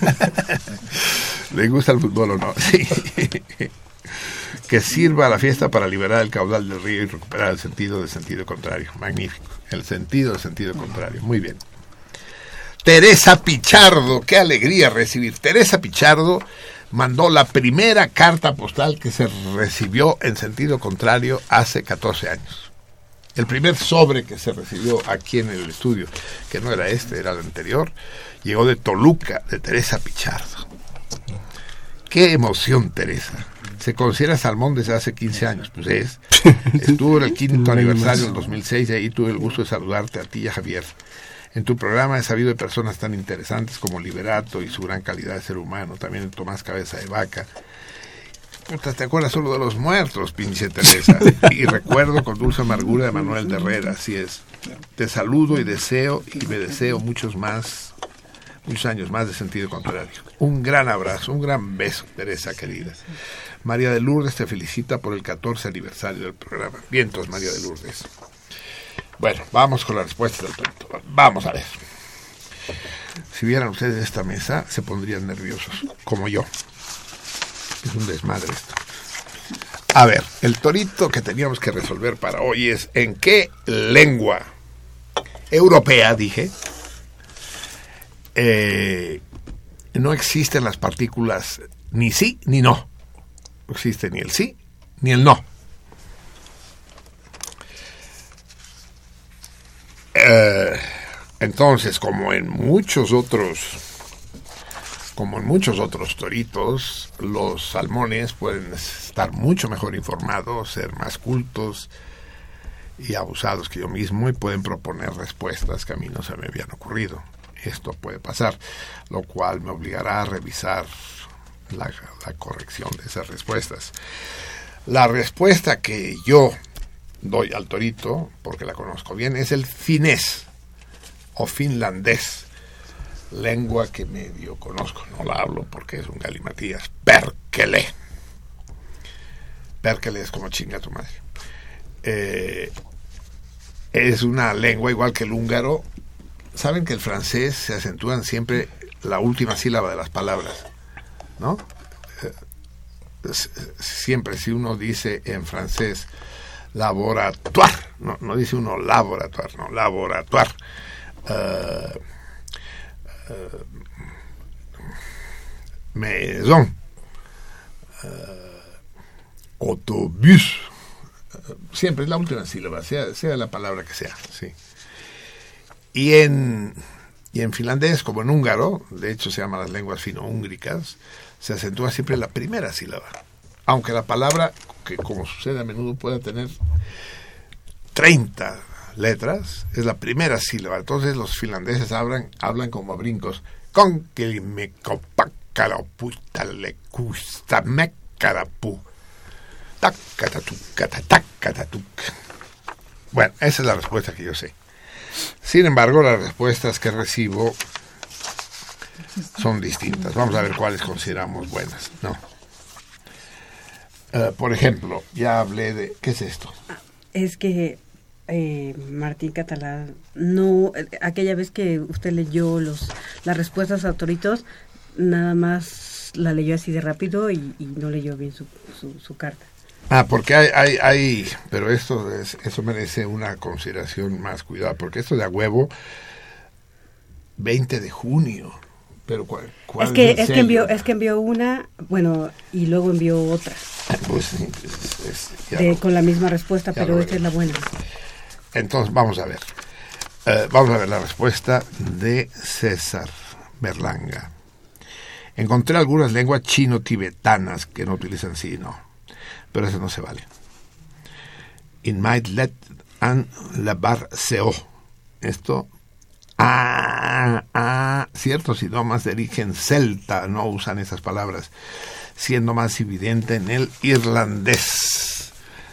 ¿Le gusta el fútbol o no? Sí. Que sirva a la fiesta para liberar el caudal del río y recuperar el sentido del sentido contrario. Magnífico. El sentido del sentido contrario. Muy bien. Teresa Pichardo. Qué alegría recibir. Teresa Pichardo mandó la primera carta postal que se recibió en sentido contrario hace catorce años. El primer sobre que se recibió aquí en el estudio, que no era este, era el anterior, llegó de Toluca, de Teresa Pichardo. ¡Qué emoción, Teresa! Se considera salmón desde hace quince años, pues es. Estuvo en el quinto aniversario del dos mil seis y ahí tuve el gusto de saludarte a ti y a Javier. En tu programa he sabido de personas tan interesantes como Liberato y su gran calidad de ser humano, también en Tomás Cabeza de Vaca. Puta, te acuerdas solo de los muertos, pinche Teresa. Y recuerdo con dulce amargura de Manuel de Herrera, así es. Te saludo y deseo, y me deseo muchos más, muchos años más de sentido contrario. Un gran abrazo, un gran beso, Teresa querida. María de Lourdes te felicita por el catorce aniversario del programa. Vientos, María de Lourdes. Bueno, vamos con la respuesta del Torito. Vamos a ver. Si vieran ustedes esta mesa, se pondrían nerviosos, como yo. Es un desmadre esto. A ver, el Torito que teníamos que resolver para hoy es: ¿en qué lengua europea, dije, eh, no existen las partículas ni sí ni no? No existe ni el sí ni el no. Eh, entonces, como en muchos otros Como en muchos otros toritos, los salmones pueden estar mucho mejor informados, ser más cultos y abusados que yo mismo, y pueden proponer respuestas que a mí no se me habían ocurrido. Esto puede pasar, lo cual me obligará a revisar la, la corrección de esas respuestas. La respuesta que yo doy al torito, porque la conozco bien, es el finés o finlandés. Lengua que medio conozco, no la hablo porque es un galimatías. Perkele. Perkele es como chinga tu madre. Eh, es una lengua igual que el húngaro. Saben que el francés se acentúan siempre la última sílaba de las palabras, ¿no? Eh, siempre, si uno dice en francés laboratoire, no, no dice uno laboratoire, no, laboratoire. Uh, Uh, maison, uh, autobús, uh, siempre es la última sílaba, sea, sea la palabra que sea, sí. Y en, y en finlandés, como en húngaro, de hecho se llaman las lenguas fino-húngricas, se acentúa siempre la primera sílaba, aunque la palabra, que como sucede a menudo, pueda tener treinta letras, es la primera sílaba. Entonces los finlandeses hablan, hablan como a brincos. Con que me copacarapu, le gusta me carapu. Bueno, esa es la respuesta que yo sé. Sin embargo, las respuestas que recibo son distintas. Vamos a ver cuáles consideramos buenas. No. Uh, por ejemplo, ya hablé de... ¿Qué es esto? Es que eh, Martín Catalán, no, aquella vez que usted leyó los las respuestas a Toritos, nada más la leyó así de rápido y, y no leyó bien su, su, su carta. Ah, porque hay, hay, hay, pero esto es, eso merece una consideración más cuidada, porque esto de a huevo, veinte de junio, pero ¿cuál, cuál es que es, el es que envió es que envió una, bueno, y luego envió otra, pues, es, es, de, lo, con la misma respuesta, pero esta es la buena. Entonces vamos a ver, uh, vamos a ver la respuesta de César Berlanga. Encontré algunas lenguas chino-tibetanas que no utilizan sí, no. Pero eso no se vale. In might let an lavar seo. Esto, ah, ah, ciertos idiomas de origen celta no usan esas palabras, siendo más evidente en el irlandés.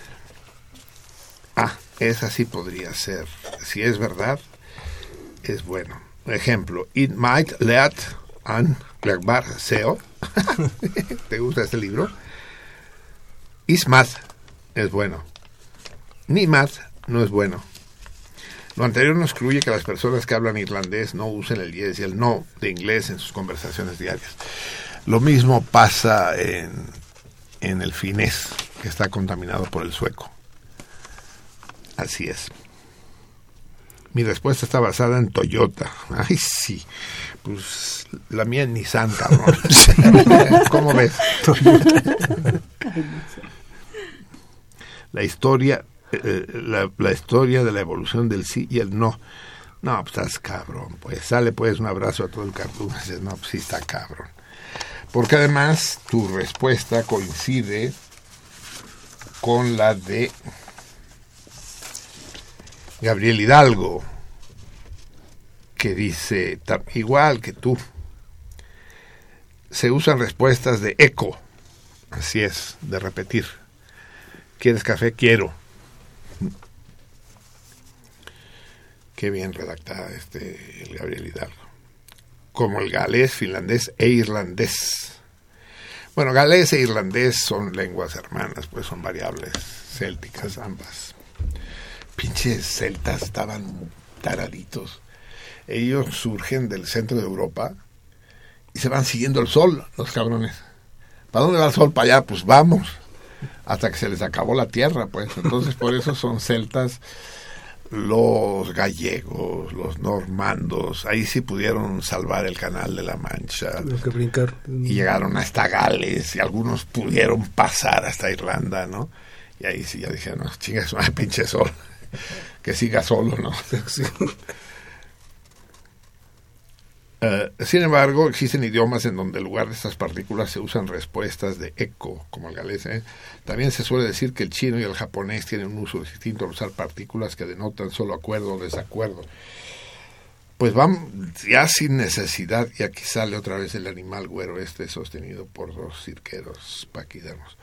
Ah, esa sí podría ser. Si es verdad, es bueno. Ejemplo, it might let an lavar seo. ¿Te gusta este libro? Ismat es bueno. Nimat no es bueno. Lo anterior no excluye que las personas que hablan irlandés no usen el yes y el no de inglés en sus conversaciones diarias. Lo mismo pasa en, en el finés, que está contaminado por el sueco. Así es. Mi respuesta está basada en Toyota. Ay, sí. Pues la mía es Nissan, cabrón. ¿Cómo ves? La historia, eh, la, la historia de la evolución del sí y el no. No, pues estás cabrón. Pues sale pues un abrazo a todo el cartoon. Dices, no, pues sí está cabrón. Porque además tu respuesta coincide con la de Gabriel Hidalgo, que dice, igual que tú, se usan respuestas de eco, así es, de repetir. ¿Quieres café? Quiero. Qué bien redactada este el Gabriel Hidalgo. Como el galés, finlandés e irlandés. Bueno, galés e irlandés son lenguas hermanas, pues son variables célticas ambas. Pinches celtas estaban taraditos. Ellos surgen del centro de Europa y se van siguiendo el sol, los cabrones. ¿Para dónde va el sol? Para allá, pues vamos. Hasta que se les acabó la tierra, pues. Entonces, por eso son celtas. Los gallegos, los normandos, ahí sí pudieron salvar el Canal de la Mancha. Los que brincar. Y llegaron hasta Gales, y algunos pudieron pasar hasta Irlanda, ¿no? Y ahí sí ya dijeron, no, chingas, no, pinche sol. Que siga solo, ¿no? Sí. Uh, sin embargo, existen idiomas en donde en lugar de estas partículas se usan respuestas de eco, como el galés. ¿eh? También se suele decir que el chino y el japonés tienen un uso distinto al usar partículas que denotan solo acuerdo o desacuerdo. Pues vamos, ya sin necesidad, y aquí sale otra vez el animal güero este sostenido por dos cirqueros paquidermos.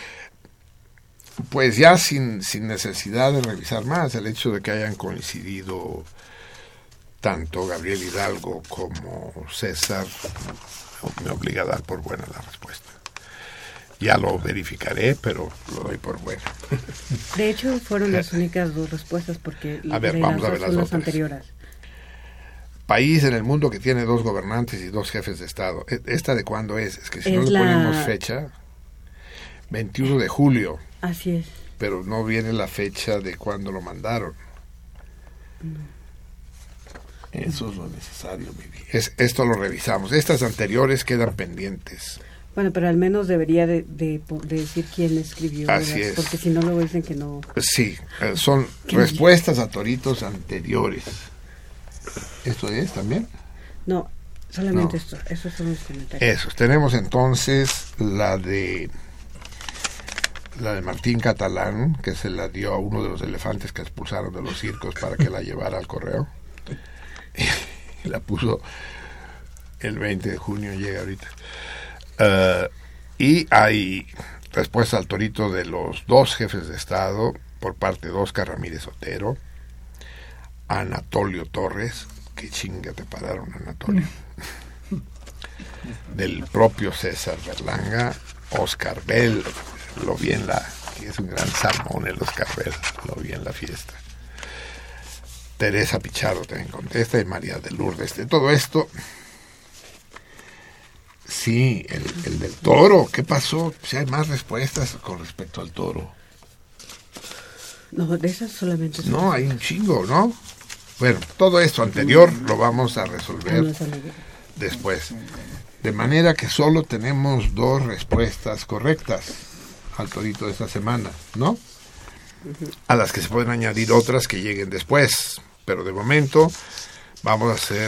Pues ya sin, sin necesidad de revisar más, el hecho de que hayan coincidido tanto Gabriel Hidalgo como César me obliga a dar por buena la respuesta. Ya lo verificaré, pero lo doy por buena. De hecho, fueron las únicas dos respuestas porque a ver, vamos a ver las, las anteriores. País en el mundo que tiene dos gobernantes y dos jefes de Estado. ¿Esta de cuándo es? Es que si es no le la... ponemos fecha, veintiuno de julio. Así es. Pero no viene la fecha de cuándo lo mandaron. No. Eso es lo necesario, mi vida. Es, esto lo revisamos. Estas anteriores quedan pendientes. Bueno, pero al menos debería de, de, de decir quién escribió. Así ¿verdad? es. Porque si no, luego dicen que no. Sí, son respuestas a toritos anteriores. ¿Esto es también? No, solamente no. esto. Esos son los comentarios. Esos. Tenemos entonces la de la de Martín Catalán, que se la dio a uno de los elefantes que expulsaron de los circos para que la llevara al correo. La puso el veinte de junio, llega ahorita. Uh, y hay respuesta al torito de los dos jefes de Estado por parte de Óscar Ramírez Otero, Anatolio Torres, que chinga te pararon, Anatolio, del propio César Berlanga, Óscar Bell, lo vi en la, que es un gran salmón en los Carvel, lo vi en la fiesta. Teresa Pichardo también contesta, y María de Lourdes. De todo esto, sí, el, el del toro, ¿qué pasó? Si hay más respuestas con respecto al toro. No, de esas solamente... son- No, hay un chingo, ¿no? Bueno, todo esto anterior lo vamos a Ah, no, resolver esa no. después. De manera que solo tenemos dos respuestas correctas al torito de esta semana, ¿no? A las que se pueden añadir otras que lleguen después. Pero de momento vamos a hacer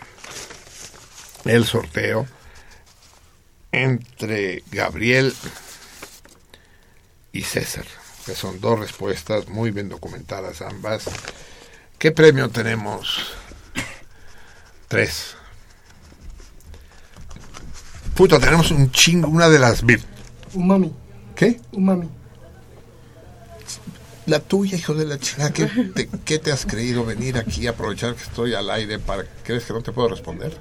el sorteo entre Gabriel y César, que son dos respuestas muy bien documentadas ambas. ¿Qué premio tenemos? Tres. Puta, tenemos un chingo, una de las... vir- Umami, ¿Qué? umami. La tuya, hijo de la chingada. ¿Qué te, ¿Qué te has creído venir aquí a aprovechar que estoy al aire para... ¿Crees que no te puedo responder?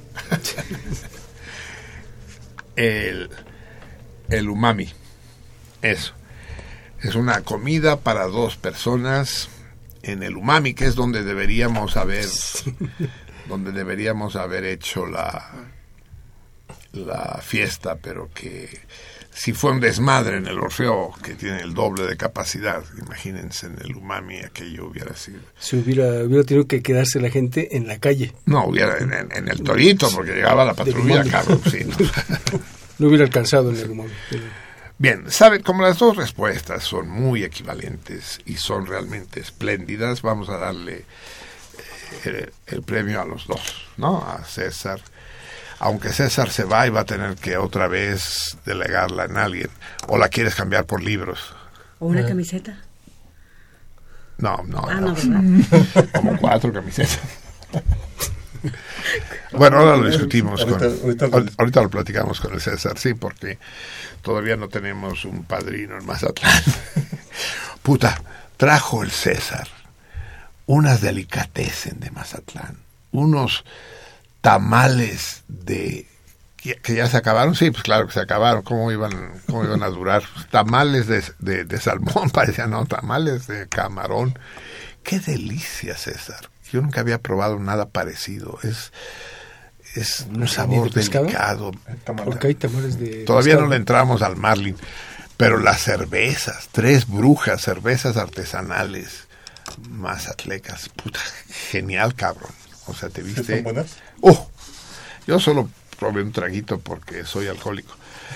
el, el umami. Eso. Es una comida para dos personas en el umami, que es donde deberíamos haber... donde deberíamos haber hecho la... la fiesta, pero que si fue un desmadre en el Orfeo, que tiene el doble de capacidad, imagínense en el umami aquello hubiera sido. Si hubiera, hubiera tenido que quedarse la gente en la calle. No, hubiera en, en- en el Torito, porque llegaba la patrulla, umami. cabrón, sí, ¿no? No hubiera alcanzado en el umami. Bien, saben, como las dos respuestas son muy equivalentes y son realmente espléndidas, vamos a darle eh, el premio a los dos, ¿no? A César. Aunque César se va y va a tener que otra vez delegarla en alguien. ¿O la quieres cambiar por libros? ¿O una camiseta? No, no, Ah, no. no, ¿verdad? Como cuatro camisetas. Bueno, ahora lo discutimos. Con, Ahorita- ahorita lo ahorita, ahorita lo platicamos con el César, sí, porque todavía no tenemos un padrino en Mazatlán. Puta, trajo el César unas delicatessen de Mazatlán, unos tamales de que, que ya se acabaron, sí, pues claro que se acabaron, cómo iban, cómo iban a durar, tamales de, de, de salmón, parecían, no, tamales de camarón, qué delicia, César, yo nunca había probado nada parecido, es es un sabor de pescado? delicado, Porque hay tamales de todavía pescado. no le entramos al Marlin, pero las cervezas, tres brujas, cervezas artesanales, mazatlecas, puta, genial, cabrón. O sea, te viste... ¿Están buenas? ¡Oh! Yo solo probé un traguito porque soy alcohólico.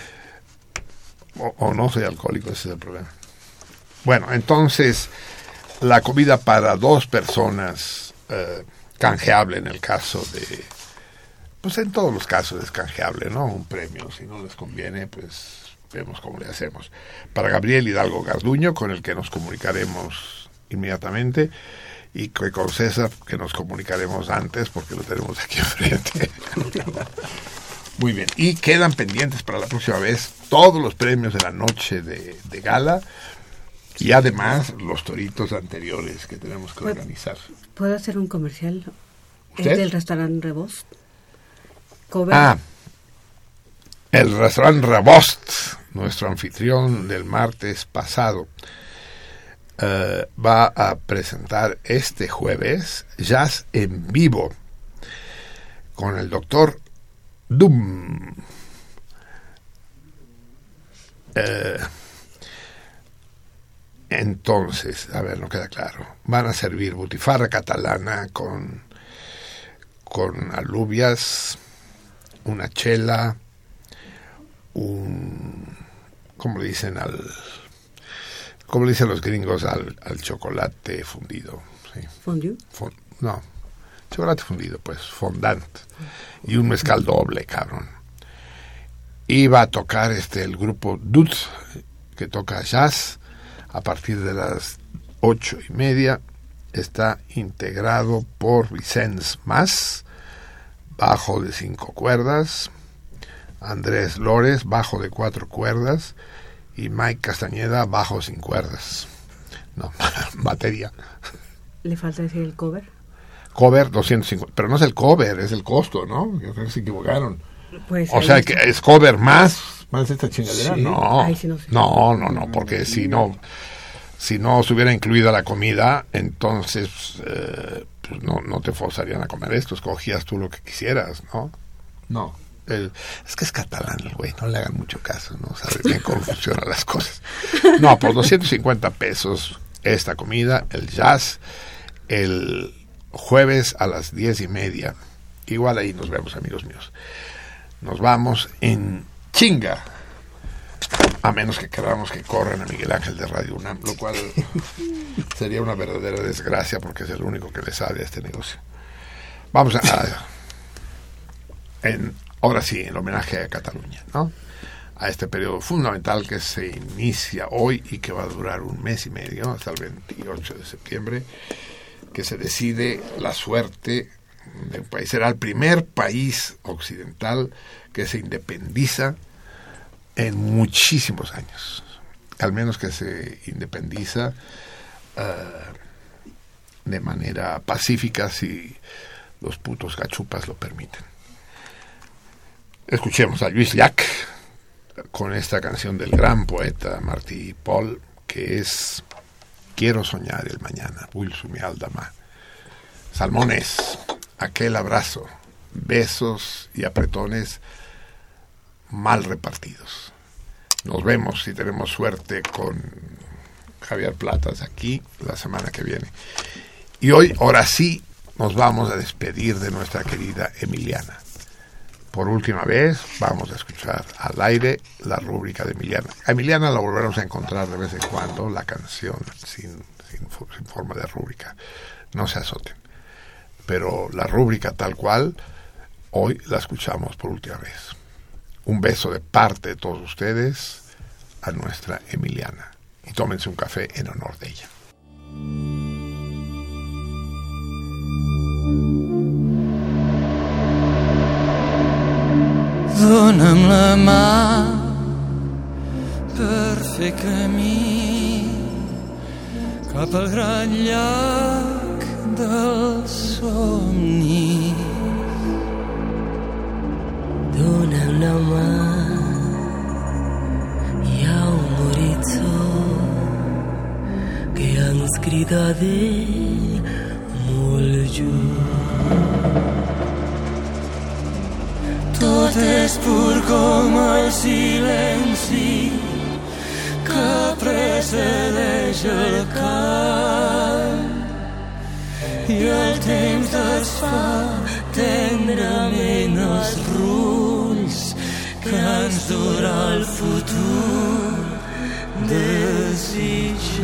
O, o no soy alcohólico, ese es el problema. Bueno, entonces, la comida para dos personas, eh, canjeable en el caso de... Pues en todos los casos es canjeable, ¿no? Un premio, si no les conviene, pues vemos cómo le hacemos. Para Gabriel Hidalgo Garduño, con el que nos comunicaremos inmediatamente, y que con César, que nos comunicaremos antes porque lo tenemos aquí enfrente. Muy bien, y quedan pendientes para la próxima vez todos los premios de la noche de, de gala y además los toritos anteriores que tenemos que Pues- organizar. ¿Puedo hacer un comercial? ¿Usted? ¿Es del restaurante Rebost? Cover. Ah, el restaurante Rebost, nuestro anfitrión del martes pasado, Uh, va a presentar este jueves jazz en vivo con el doctor Doom. Uh, entonces, a ver, no queda claro. Van a servir butifarra catalana con, con alubias, una chela, un... ¿cómo le dicen al...? ¿Cómo le dicen los gringos al, al chocolate fundido? Sí. ¿Fondue? Fon- no, chocolate fundido, pues, fondant. Y un mezcal doble, cabrón. Y va a tocar este el grupo Dut, que toca jazz, a partir de las ocho y media. Está integrado por Vicens Mas, bajo de cinco cuerdas, Andrés Lores, bajo de cuatro cuerdas, y Mike Castañeda, bajo sin cuerdas. No, batería. ¿Le falta decir el cover? Cover doscientos cincuenta, pero no es el cover, es el costo, ¿no? Yo creo que se equivocaron. Pues O ahí sea está. que es cover más ¿Más esta chingadera? Sí. No. Ay, sí, no sé. no, no, no, porque si no, si no se hubiera incluida la comida, entonces eh, pues no, no te forzarían a comer esto, escogías tú lo que quisieras, ¿no? No. El- es que es catalán el güey, no le hagan mucho caso, no sabe bien cómo funcionan las cosas. No, por doscientos cincuenta pesos esta comida, el jazz, el jueves a las diez y media. Igual ahí nos vemos, amigos míos. Nos vamos en chinga, a menos que queramos que corran a Miguel Ángel de Radio UNAM, lo cual sería una verdadera desgracia porque es el único que le sabe a este negocio. Vamos a, a en, ahora sí, en homenaje a Cataluña, ¿no? A este periodo fundamental que se inicia hoy y que va a durar un mes y medio, hasta el veintiocho de septiembre, que se decide la suerte de un país. Será el primer país occidental que se independiza en muchísimos años, al menos que se independiza uh, de manera pacífica, si los putos cachupas lo permiten. Escuchemos a Lluís Llach con esta canción del gran poeta Martí Pol, que es Quiero soñar el mañana, vull somiar el demà. Salmones, aquel abrazo, besos y apretones mal repartidos. Nos vemos, si tenemos suerte, con Javier Platas aquí la semana que viene. Y hoy, ahora sí, nos vamos a despedir de nuestra querida Emiliana. Por última vez, vamos a escuchar al aire la rúbrica de Emiliana. A Emiliana la volveremos a encontrar de vez en cuando, la canción sin, sin, sin forma de rúbrica. No se azoten. Pero la rúbrica tal cual, hoy la escuchamos por última vez. Un beso de parte de todos ustedes a nuestra Emiliana. Y tómense un café en honor de ella. Dona'm la mà per fer camí cap al gran llac dels somnis. Dona'm la mà, hi ha un horitzó que ens crida d'ell molt lluny. Tot és pur com el silenci que precedeix el cant i el temps desfà tendrament els rulls que ens dura el futur desitjat.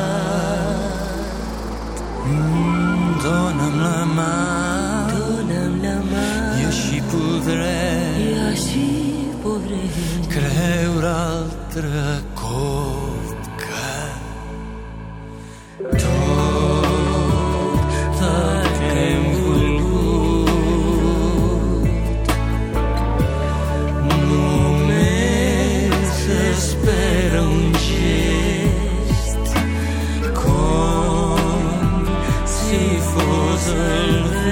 Mm, dona'm la mà, Dona'm la mà, i així podré, i així podré creure altre cop que tot el que hem volgut només espera un gest, com si fos el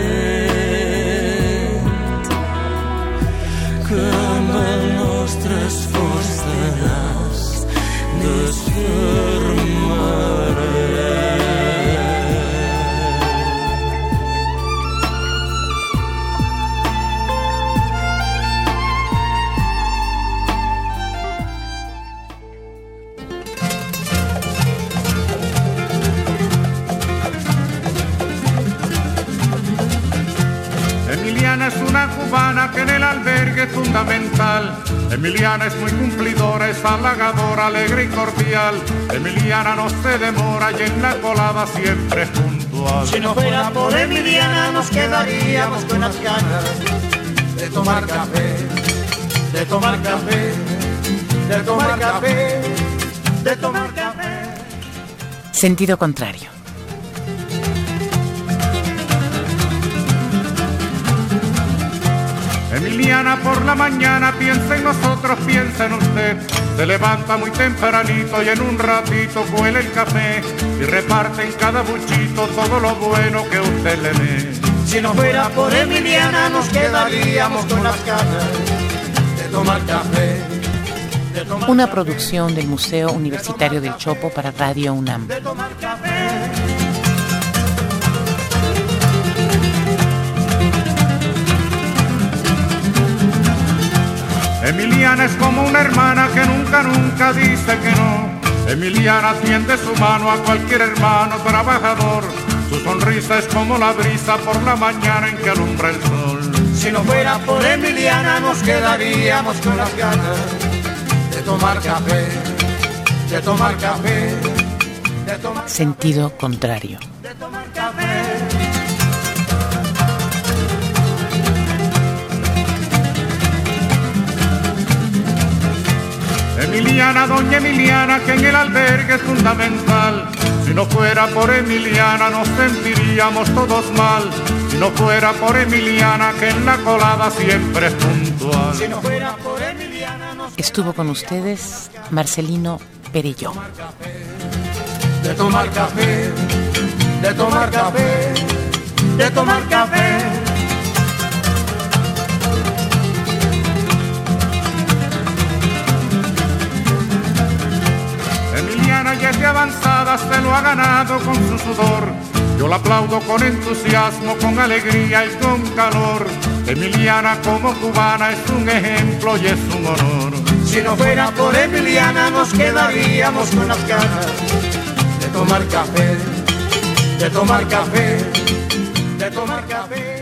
vent que amb el nostre esforç tenaç desfermaré. Emiliana es una cubana que en el albergue es fundamental. Emiliana es muy cumplidora, es halagadora, alegre y cordial. Emiliana no se demora y en la colada siempre es puntual. Si no fuera por Emiliana nos quedaríamos con las ganas de tomar café, de tomar café, de tomar café, de tomar café. Sentido contrario. Emiliana por la mañana piensa en nosotros, piensa en usted. Se levanta muy tempranito y en un ratito cuela el café y reparte en cada buchito todo lo bueno que usted le dé. Si no fuera por Emiliana nos quedaríamos con las ganas de tomar café, Una producción del Museo Universitario del Chopo para Radio UNAM. Emiliana es como una hermana que nunca, nunca dice que no. Emiliana tiende su mano a cualquier hermano trabajador. Su sonrisa es como la brisa por la mañana en que alumbra el sol. Si no fuera por Emiliana nos quedaríamos con las ganas de tomar café, de tomar café, de tomar Sentido contrario. de tomar café. Emiliana, doña Emiliana, que en el albergue es fundamental. Si no fuera por Emiliana nos sentiríamos todos mal. Si no fuera por Emiliana, que en la colada siempre es puntual. Si no fuera por Emiliana nos Estuvo con ustedes Marcelino Perelló. de tomar café, de tomar café, de tomar café. Emiliana ya es de avanzada, se lo ha ganado con su sudor. Yo la aplaudo con entusiasmo, con alegría y con calor. Emiliana como cubana es un ejemplo y es un honor. Si no fuera por Emiliana nos quedaríamos con las ganas de tomar café, de tomar café, de tomar café.